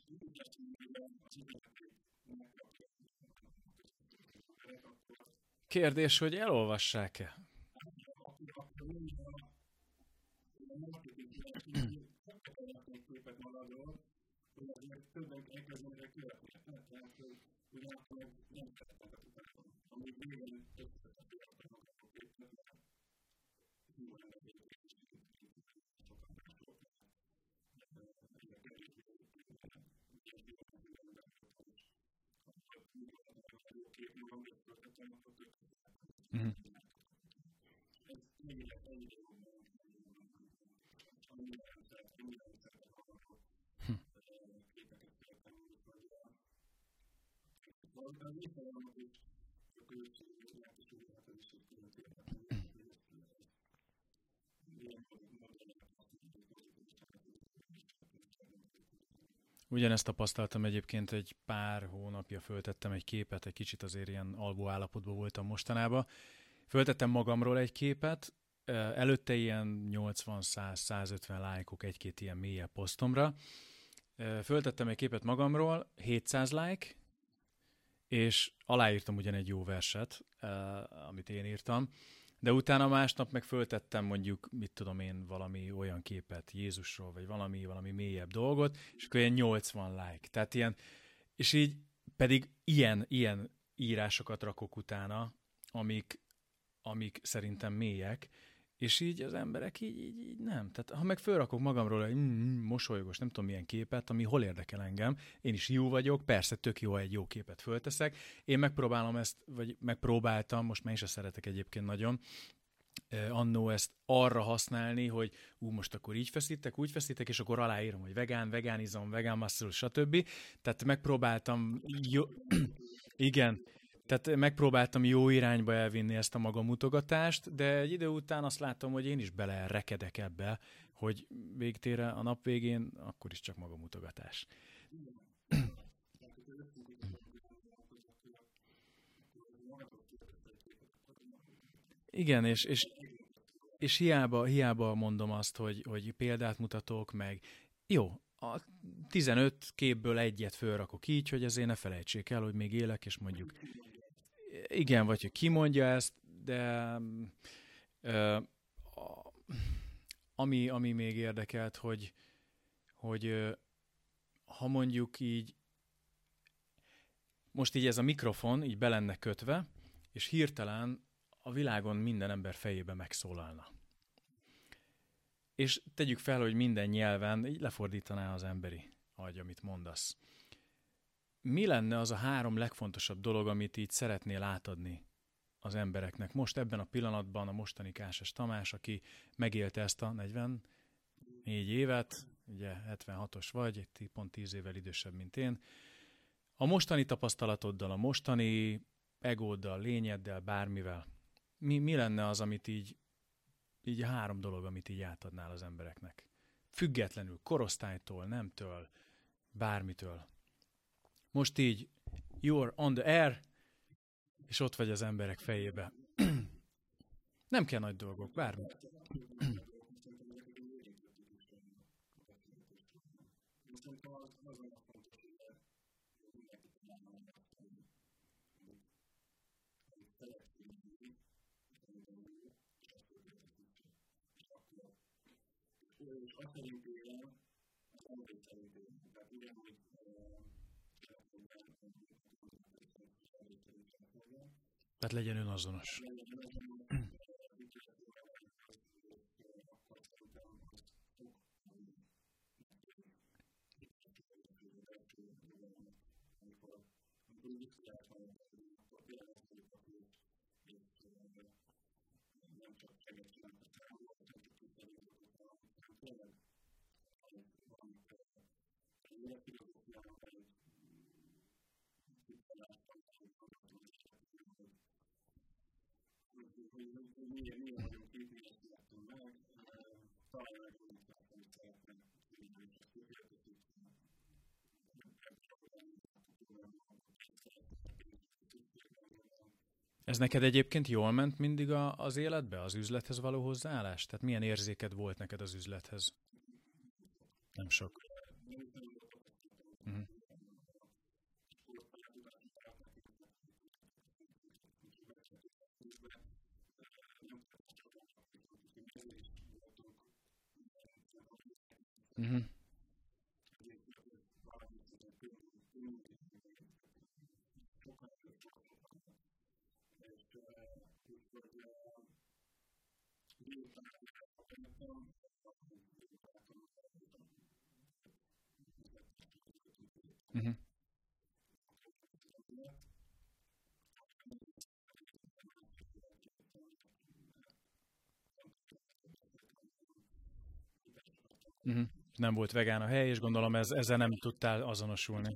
Kérdés, hogy elolvassák-e? Mhm. Hm. Ugyanezt tapasztaltam egyébként, egy pár hónapja föltettem egy képet, egy kicsit azért ilyen alvó állapotban voltam mostanában. Föltettem magamról egy képet, előtte ilyen 80-100-150 lájkok egy-két ilyen mélyebb posztomra. Föltettem egy képet magamról, 700 like, és aláírtam ugyan egy jó verset, amit én írtam, de utána másnap meg föltettem mondjuk, mit tudom én, valami olyan képet Jézusról, vagy valami mélyebb dolgot, és akkor ilyen 80 like. Tehát ilyen, és így pedig ilyen írásokat rakok utána, amik szerintem mélyek, és így az emberek így nem. Tehát ha meg fölrakok magamról egy mosolygós, nem tudom milyen képet, ami hol érdekel engem, én is jó vagyok, persze tök jó, egy jó képet fölteszek, én megpróbálom ezt, vagy megpróbáltam, most már is szeretek egyébként nagyon, annó ezt arra használni, hogy most akkor így feszítek, úgy feszítek, és akkor aláírom, hogy vegánizom, vegán muscle, stb. Tehát megpróbáltam, igen, tehát megpróbáltam jó irányba elvinni ezt a magamutogatást, de egy idő után azt látom, hogy én is belerekedek ebbe, hogy végtére a nap végén akkor is csak magamutogatás. Igen, és hiába mondom azt, hogy példát mutatok meg. Jó, a 15 képből egyet fölrakok így, hogy ezért ne felejtsék el, hogy még élek, és mondjuk igen, vagy hogy ki mondja ezt, de ö, ami még érdekelt, hogy ha mondjuk így, most így ez a mikrofon így be lenne kötve, és hirtelen a világon minden ember fejébe megszólalna. És tegyük fel, hogy minden nyelven így lefordítaná az emberi agy, amit mondasz. Mi lenne az a 3 legfontosabb dolog, amit így szeretnél átadni az embereknek? Most ebben a pillanatban a mostani Kásás Tamás, aki megélte ezt a 44 évet, ugye 76-os vagy, pont 10 évvel idősebb, mint én. A mostani tapasztalatoddal, a mostani egóddal, lényeddel, bármivel, mi lenne az, amit így a 3 dolog, amit így átadnál az embereknek? Függetlenül, korosztálytól, nemtől, bármitől. Most így, you're on the air, és ott vagy az emberek fejébe. Nem kell nagy dolgok, bármi. Tehát legyen önazonos. Ez neked egyébként jól ment mindig az életbe, az üzlethez való hozzáállás? Tehát milyen érzéked volt neked az üzlethez? Nem sok. Uh-huh. Uh-huh. Uh-huh. Uh-huh. Nem volt vegán a hely, és gondolom ezzel nem tudtál azonosulni.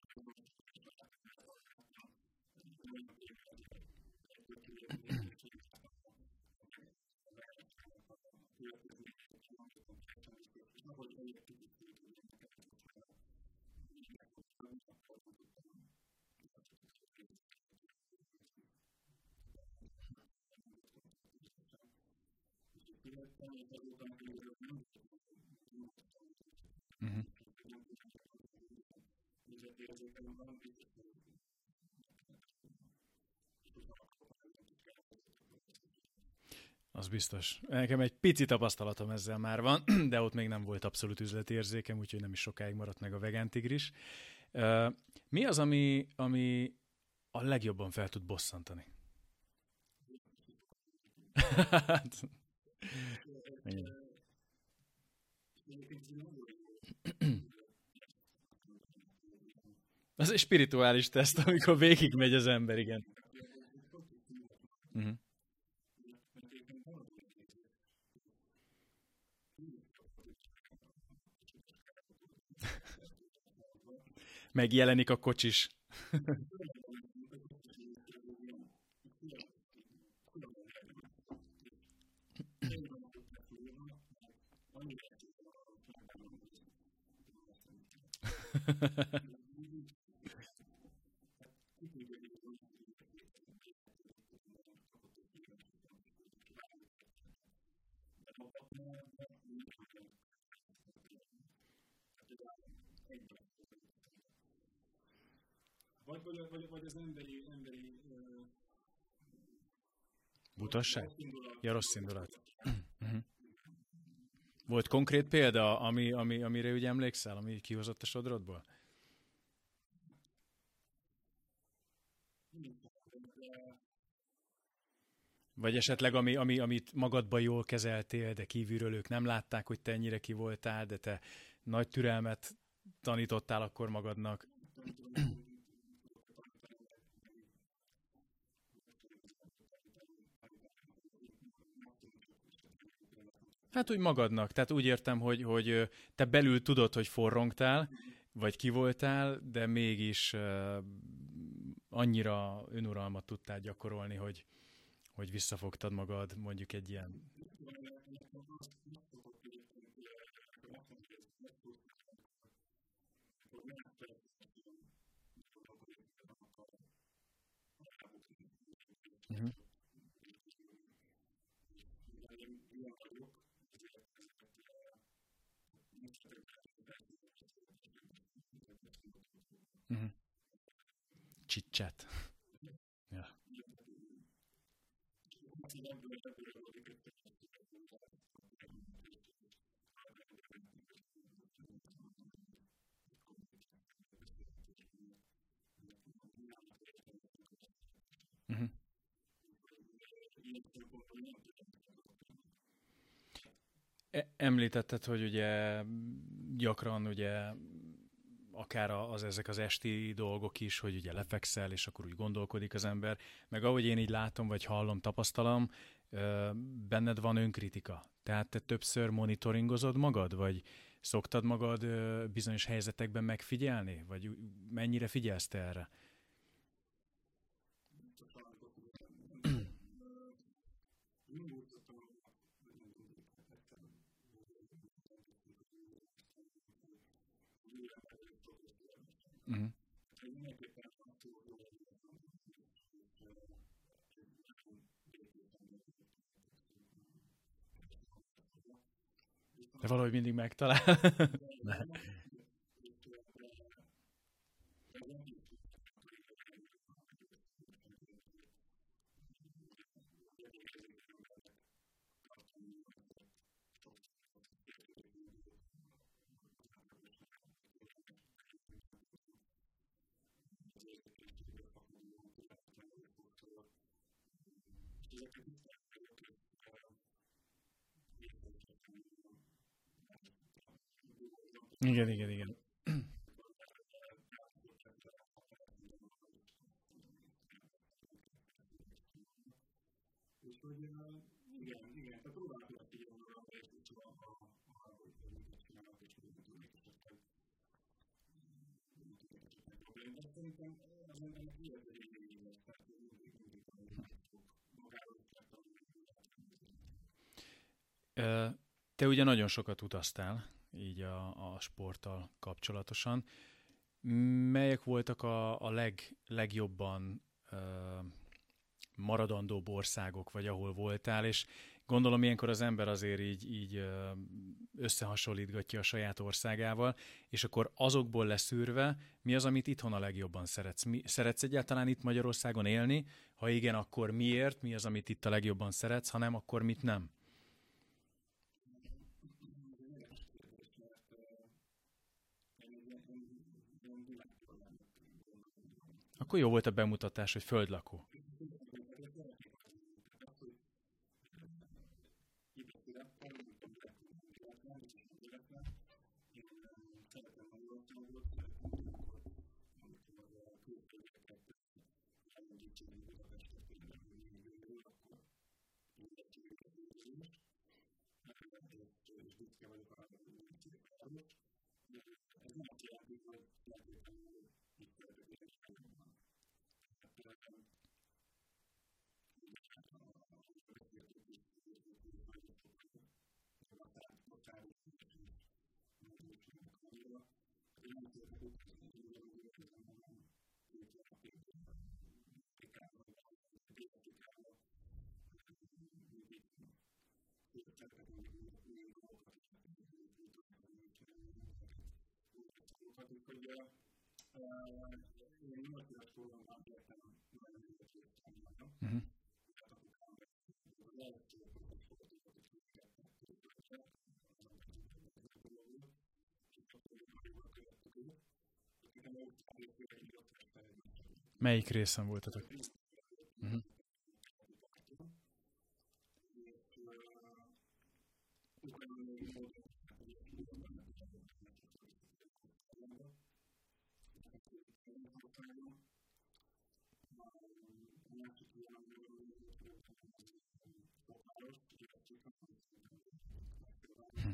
Uh-huh. Az biztos. Nekem egy pici tapasztalatom ezzel már van, de ott még nem volt abszolút üzleti érzékem, úgyhogy nem is sokáig maradt meg a vegán tigris. Mi az, ami a legjobban fel tud bosszantani? Hát, igen. Az egy spirituális teszt, amikor végigmegy az ember, igen. Uh-huh. Megjelenik a kocsis. Vagy az emberi Butasság? rossz indulat. Ja, rossz indulat. Uh-huh. Volt konkrét példa, amire ugye emlékszel, ami kihozott a sodrodból? Vagy esetleg amit magadban jól kezeltél, de kívülről ők nem látták, hogy te ennyire ki voltál, de te nagy türelmet tanítottál akkor magadnak. Hát úgy magadnak. Tehát úgy értem, hogy te belül tudod, hogy forrongtál, vagy ki voltál, de mégis annyira önuralmat tudtál gyakorolni, hogy visszafogtad magad mondjuk egy ilyen... Uh-huh. Uh-huh. Chit-chat. Ja. Uh-huh. Említetted, hogy ugye gyakran ugye akár ezek az esti dolgok is, hogy ugye lefekszel, és akkor úgy gondolkodik az ember, meg ahogy én így látom, vagy hallom, tapasztalom, benned van önkritika. Tehát te többször monitoringozod magad, vagy szoktad magad bizonyos helyzetekben megfigyelni, vagy mennyire figyelsz te erre? Uh-huh. De valahogy mindig megtalál. Igen, igen, igen. Te ugye nagyon sokat utaztál, így a sporttal kapcsolatosan. Melyek voltak a legjobban maradandóbb országok, vagy ahol voltál, és gondolom ilyenkor az ember azért így összehasonlítgatja a saját országával, és akkor azokból leszűrve, mi az, amit itthon a legjobban szeretsz? Szeretsz egyáltalán itt Magyarországon élni? Ha igen, akkor miért? Mi az, amit itt a legjobban szeretsz? Ha nem, akkor mit nem? Akkor jó volt a bemutatás, hogy földlakó. Uh-huh. Melyik részen voltatok? Uh-huh. Hm.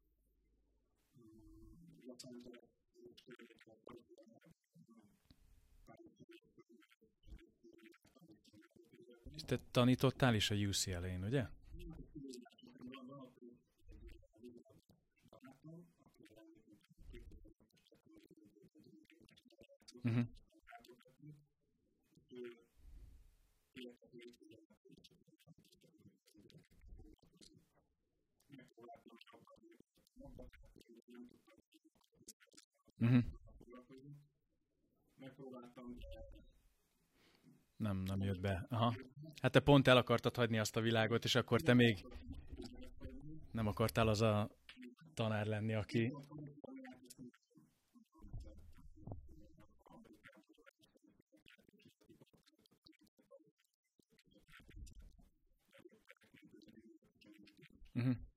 És te tanítottál is a UCLA-n, ugye? Uh-huh. Uh-huh. Nem jött be. Aha. Hát te pont el akartad hagyni azt a világot, és akkor te még nem akartál az a tanár lenni, aki... Uh-huh.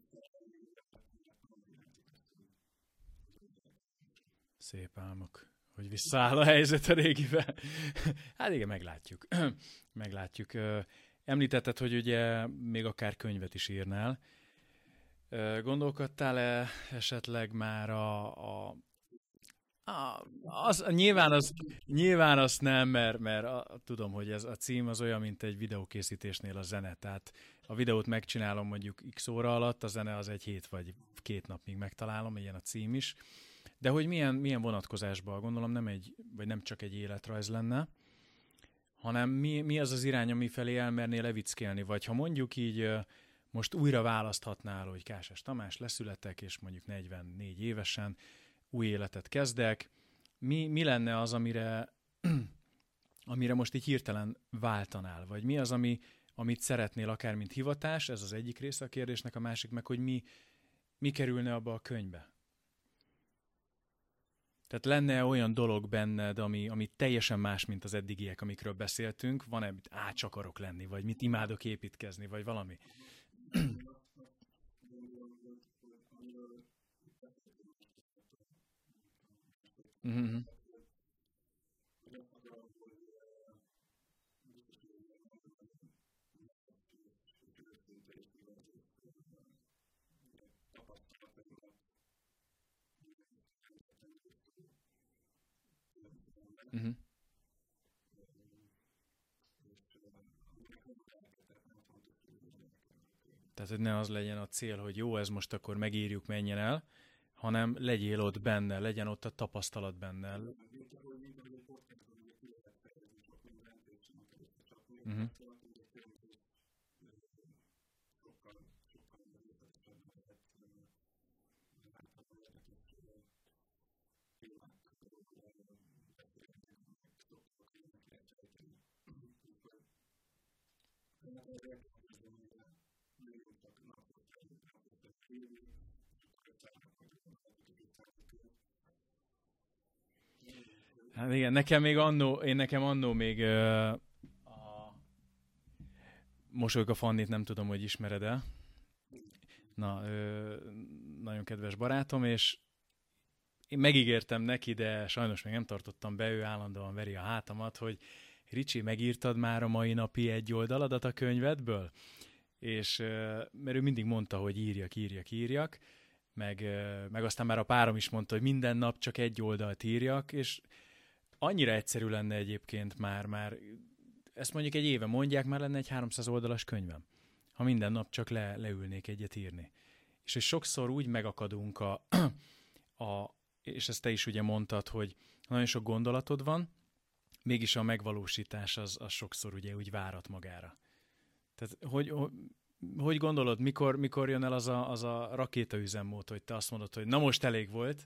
Szép álmok. hogy visszaáll a helyzet a régivel. Hát igen, meglátjuk. Meglátjuk. Említetted, hogy ugye még akár könyvet is írnál. Gondolkodtál-e esetleg már nyilván azt nem, mert tudom, hogy ez a cím az olyan, mint egy videókészítésnél a zene. Tehát a videót megcsinálom mondjuk x óra alatt, a zene az egy hét vagy 2 napig megtalálom, ilyen a cím is. De hogy milyen vonatkozásban, gondolom nem csak egy életrajz lenne, hanem mi az az irány, ami felé elmernél levickélni, vagy ha mondjuk így most újra választhatnál, hogy Kásás Tamás leszületek, és mondjuk 44 évesen új életet kezdek, mi lenne az, amire most így hirtelen váltanál, vagy mi az, amit szeretnél akár mint hivatás, ez az egyik része a kérdésnek, a másik meg, hogy mi kerülne abba a könyvbe. Tehát lenne olyan dolog benned, ami teljesen más, mint az eddigiek, amikről beszéltünk? Van-e, mit ács akarok lenni, vagy mit imádok építkezni, vagy valami? Mhm, mhm. Tehát, hogy ne az legyen a cél, hogy jó, ez most akkor megírjuk, menjen el, hanem legyél ott benne, legyen ott a tapasztalat benne. Mhm, hát igen, nekem annó még a Mosolyog a Fannit, nem tudom, hogy ismered-e. Na, nagyon kedves barátom, és én megígértem neki, de sajnos még nem tartottam be, ő állandóan veri a hátamat, hogy Ricsi, megírtad már a mai napi egy oldaladat a könyvedből? És mert ő mindig mondta, hogy írjak, meg aztán már a párom is mondta, hogy minden nap csak egy oldalt írjak, és annyira egyszerű lenne egyébként már ezt mondjuk egy éve mondják, már lenne egy 300 oldalas könyvem, ha minden nap csak leülnék egyet írni. És hogy sokszor úgy megakadunk és ezt te is ugye mondtad, hogy nagyon sok gondolatod van, mégis a megvalósítás az sokszor ugye úgy várat magára. Tehát hogy gondolod, mikor jön el az a rakétaüzemmód, hogy te azt mondod, hogy na most elég volt?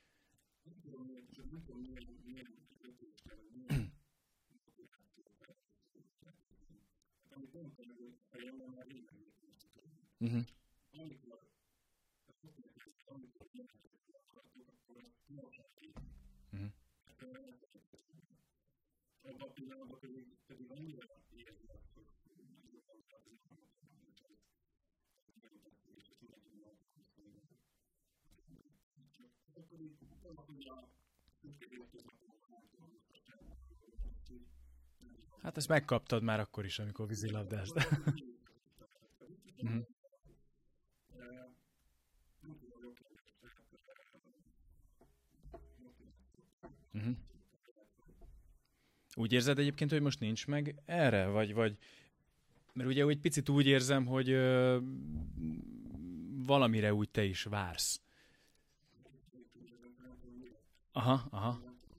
Uh-huh. Uh-huh. Hát ezt megkaptad már akkor is, amikor vízilabdáztál. Uh-huh. Uh-huh. Úgy érzed egyébként, hogy most nincs meg erre? Vagy mert ugye egy picit úgy érzem, hogy valamire úgy te is vársz. Aha, aha.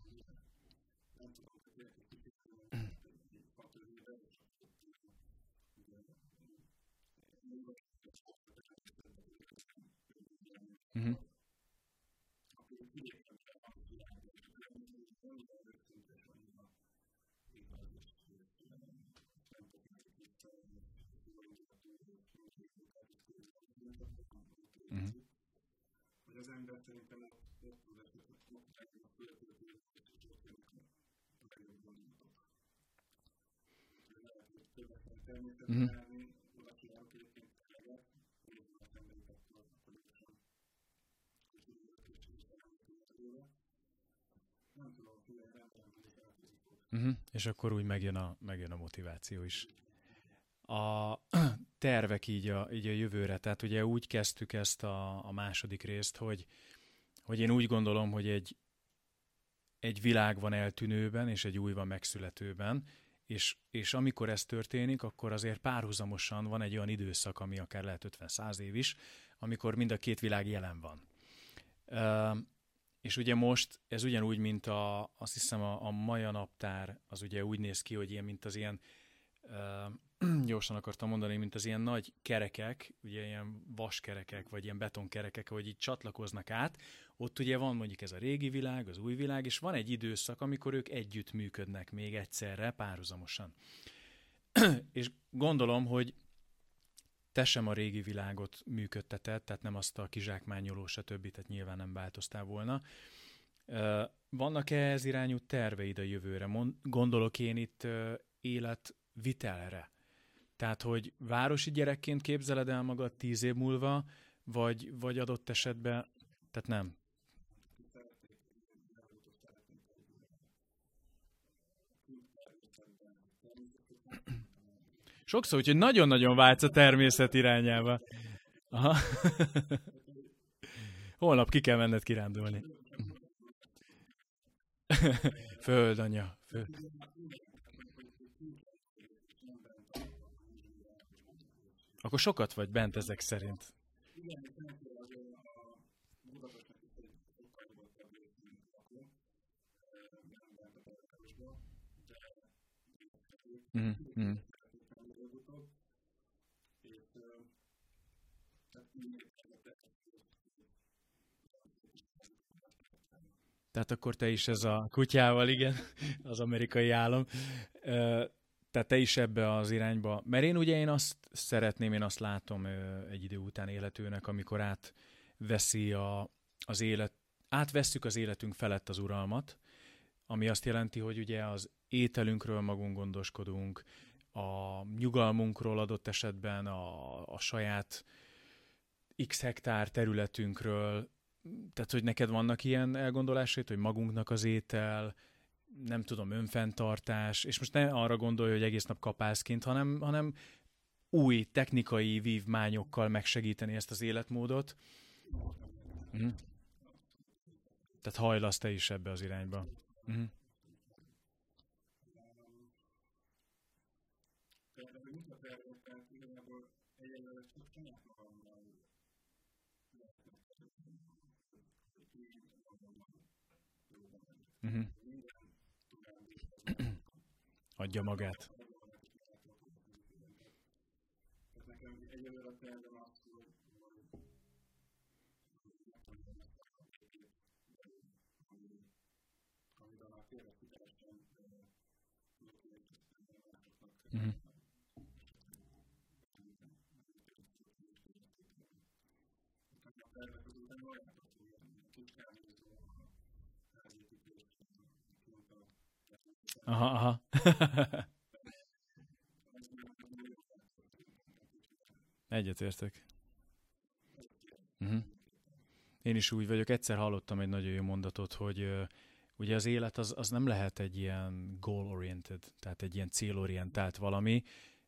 Uh-huh. Uh-huh. Uh-huh. És akkor úgy megjön a motiváció is. A tervek így a jövőre, tehát ugye úgy kezdtük ezt a második részt, hogy én úgy gondolom, hogy egy világ van eltűnőben, és egy új van megszületőben, és amikor ez történik, akkor azért párhuzamosan van egy olyan időszak, ami akár lehet 50-100 év is, amikor mind a két világ jelen van. És ugye most ez ugyanúgy, mint azt hiszem a maja naptár, az ugye úgy néz ki, hogy ilyen, mint az ilyen, gyorsan akartam mondani, mint az ilyen nagy kerekek, ugye ilyen vaskerekek, vagy ilyen betonkerekek, hogy így csatlakoznak át. Ott ugye van mondjuk ez a régi világ, az új világ, és van egy időszak, amikor ők együtt működnek még egyszerre, párhuzamosan. És gondolom, hogy te sem a régi világot működteted, tehát nem azt a kizsákmányoló, stb., tehát nyilván nem változtál volna. Vannak-e ez irányú terveid a jövőre? Gondolok én itt életvitelre. Tehát, hogy városi gyerekként képzeled el magad 10 év múlva, vagy adott esetben, tehát nem. Sokszor, úgyhogy nagyon-nagyon vágysz a természet irányába. Aha. Holnap ki kell menned kirándulni. Föld, anya, föld. Akkor sokat vagy bent ezek szerint. Mm-hmm. Tehát akkor te is ez a kutyával, igen, az amerikai álom. Tehát te is ebbe az irányba. Mert én azt szeretném, én azt látom egy idő után életőnek, amikor átvesszük az életünk felett az uralmat, ami azt jelenti, hogy ugye az ételünkről magunk gondoskodunk, a nyugalmunkról adott esetben, a saját x hektár területünkről, tehát, hogy neked vannak ilyen elgondolásaid, hogy magunknak az étel, nem tudom, önfenntartás, és most ne arra gondolj, hogy egész nap kapászként, hanem új technikai vívmányokkal megsegíteni ezt az életmódot. Tehát hajlasz te is ebbe az irányba. Adja magát. Aha. Egyetértek. Én is úgy vagyok. Egyszer hallottam egy nagyon jó mondatot, hogy ugye az élet az nem lehet egy ilyen goal-oriented, tehát egy ilyen célorientált valami,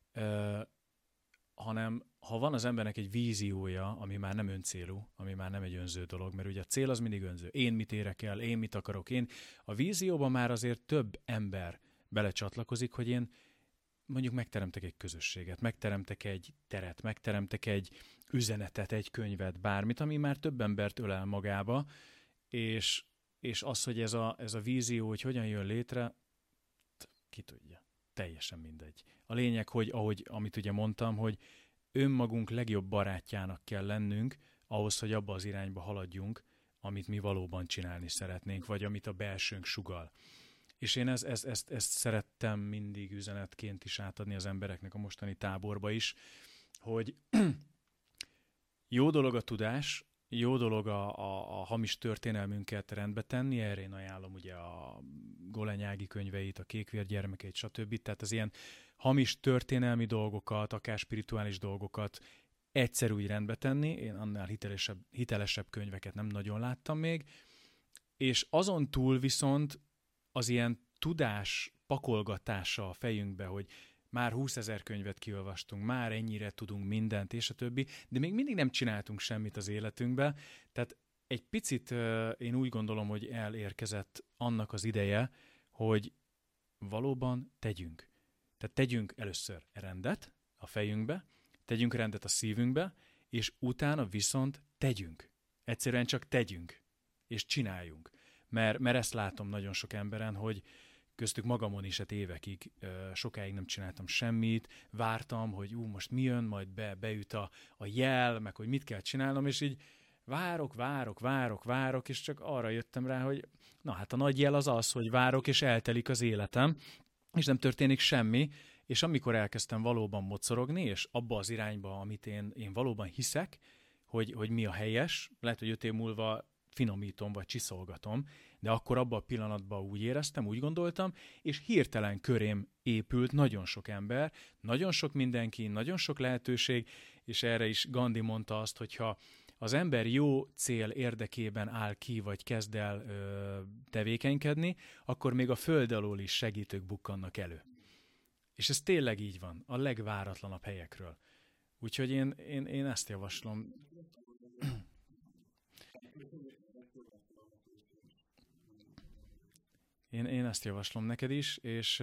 hanem ha van az embernek egy víziója, ami már nem öncélú, ami már nem egy önző dolog, mert ugye a cél az mindig önző. Én mit érek el, én mit akarok, a vízióban már azért több ember belecsatlakozik, hogy én mondjuk megteremtek egy közösséget, megteremtek egy teret, megteremtek egy üzenetet, egy könyvet, bármit, ami már több embert ölel magába, és az, hogy ez a vízió, hogy hogyan jön létre, ki tudja. Teljesen mindegy. A lényeg, hogy amit ugye mondtam, hogy önmagunk legjobb barátjának kell lennünk, ahhoz, hogy abba az irányba haladjunk, amit mi valóban csinálni szeretnénk, vagy amit a belsőnk sugall. És én ezt szerettem mindig üzenetként is átadni az embereknek a mostani táborba is, hogy jó dolog a tudás, jó dolog a hamis történelmünket rendbe tenni, erre én ajánlom ugye a Golenyági könyveit, a Kékvér gyermekeit, stb. Tehát az ilyen hamis történelmi dolgokat, akár spirituális dolgokat egyszer úgy rendbe tenni, én annál hitelesebb könyveket nem nagyon láttam még, És azon túl viszont az ilyen tudás pakolgatása a fejünkbe, hogy már 20 000 könyvet kiolvastunk, már ennyire tudunk mindent, és a többi, de még mindig nem csináltunk semmit az életünkbe. Tehát egy picit én úgy gondolom, hogy elérkezett annak az ideje, hogy valóban tegyünk. Tehát tegyünk először rendet a fejünkbe, tegyünk rendet a szívünkbe, és utána viszont tegyünk. Egyszerűen csak tegyünk, és csináljunk. Mert ezt látom nagyon sok emberen, hogy köztük magamon is évekig, sokáig nem csináltam semmit, vártam, hogy most mi jön, majd beüt a jel, meg hogy mit kell csinálnom, és így várok, és csak arra jöttem rá, hogy na hát a nagy jel az, hogy várok, és eltelik az életem, és nem történik semmi, és amikor elkezdtem valóban mocorogni, és abba az irányba, amit én valóban hiszek, hogy mi a helyes, lehet, hogy 5 év múlva finomítom, vagy csiszolgatom, de akkor abban a pillanatban úgy éreztem, úgy gondoltam, és hirtelen körém épült nagyon sok ember, nagyon sok mindenki, nagyon sok lehetőség, és erre is Gandhi mondta azt, hogyha az ember jó cél érdekében áll ki, vagy kezd el tevékenykedni, akkor még a föld alól is segítők bukkannak elő. És ez tényleg így van, a legváratlanabb helyekről. Úgyhogy én ezt javaslom. Én ezt javaslom neked is, és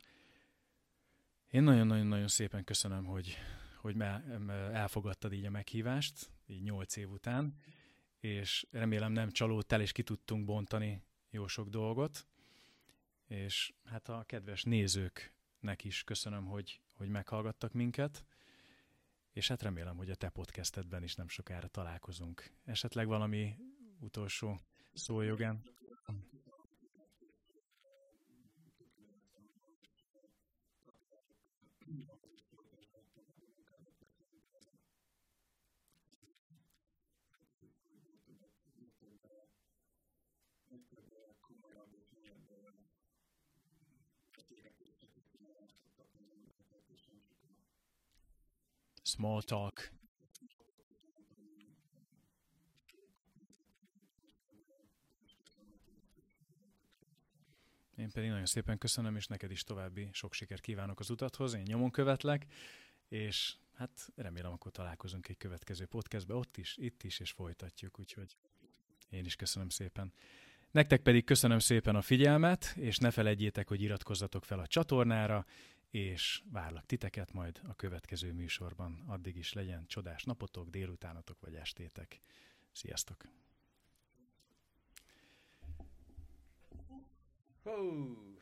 én nagyon-nagyon-nagyon szépen köszönöm, hogy elfogadtad így a meghívást, így 8 év után, és remélem nem csalódtál, és ki tudtunk bontani jó sok dolgot, és hát a kedves nézőknek is köszönöm, hogy meghallgattak minket, és hát remélem, hogy a te podcastedben is nem sokára találkozunk. Esetleg valami utolsó szó, Jogán? Small talk. Én pedig nagyon szépen köszönöm, és neked is további sok sikert kívánok az utathoz. Én nyomon követlek, és hát remélem, akkor találkozunk egy következő podcastbe, ott is, itt is, és folytatjuk, úgyhogy én is köszönöm szépen. Nektek pedig köszönöm szépen a figyelmet, és ne feledjétek, hogy iratkozzatok fel a csatornára, és várlak titeket majd a következő műsorban. Addig is legyen csodás napotok, délutánotok vagy estétek. Sziasztok! Oh.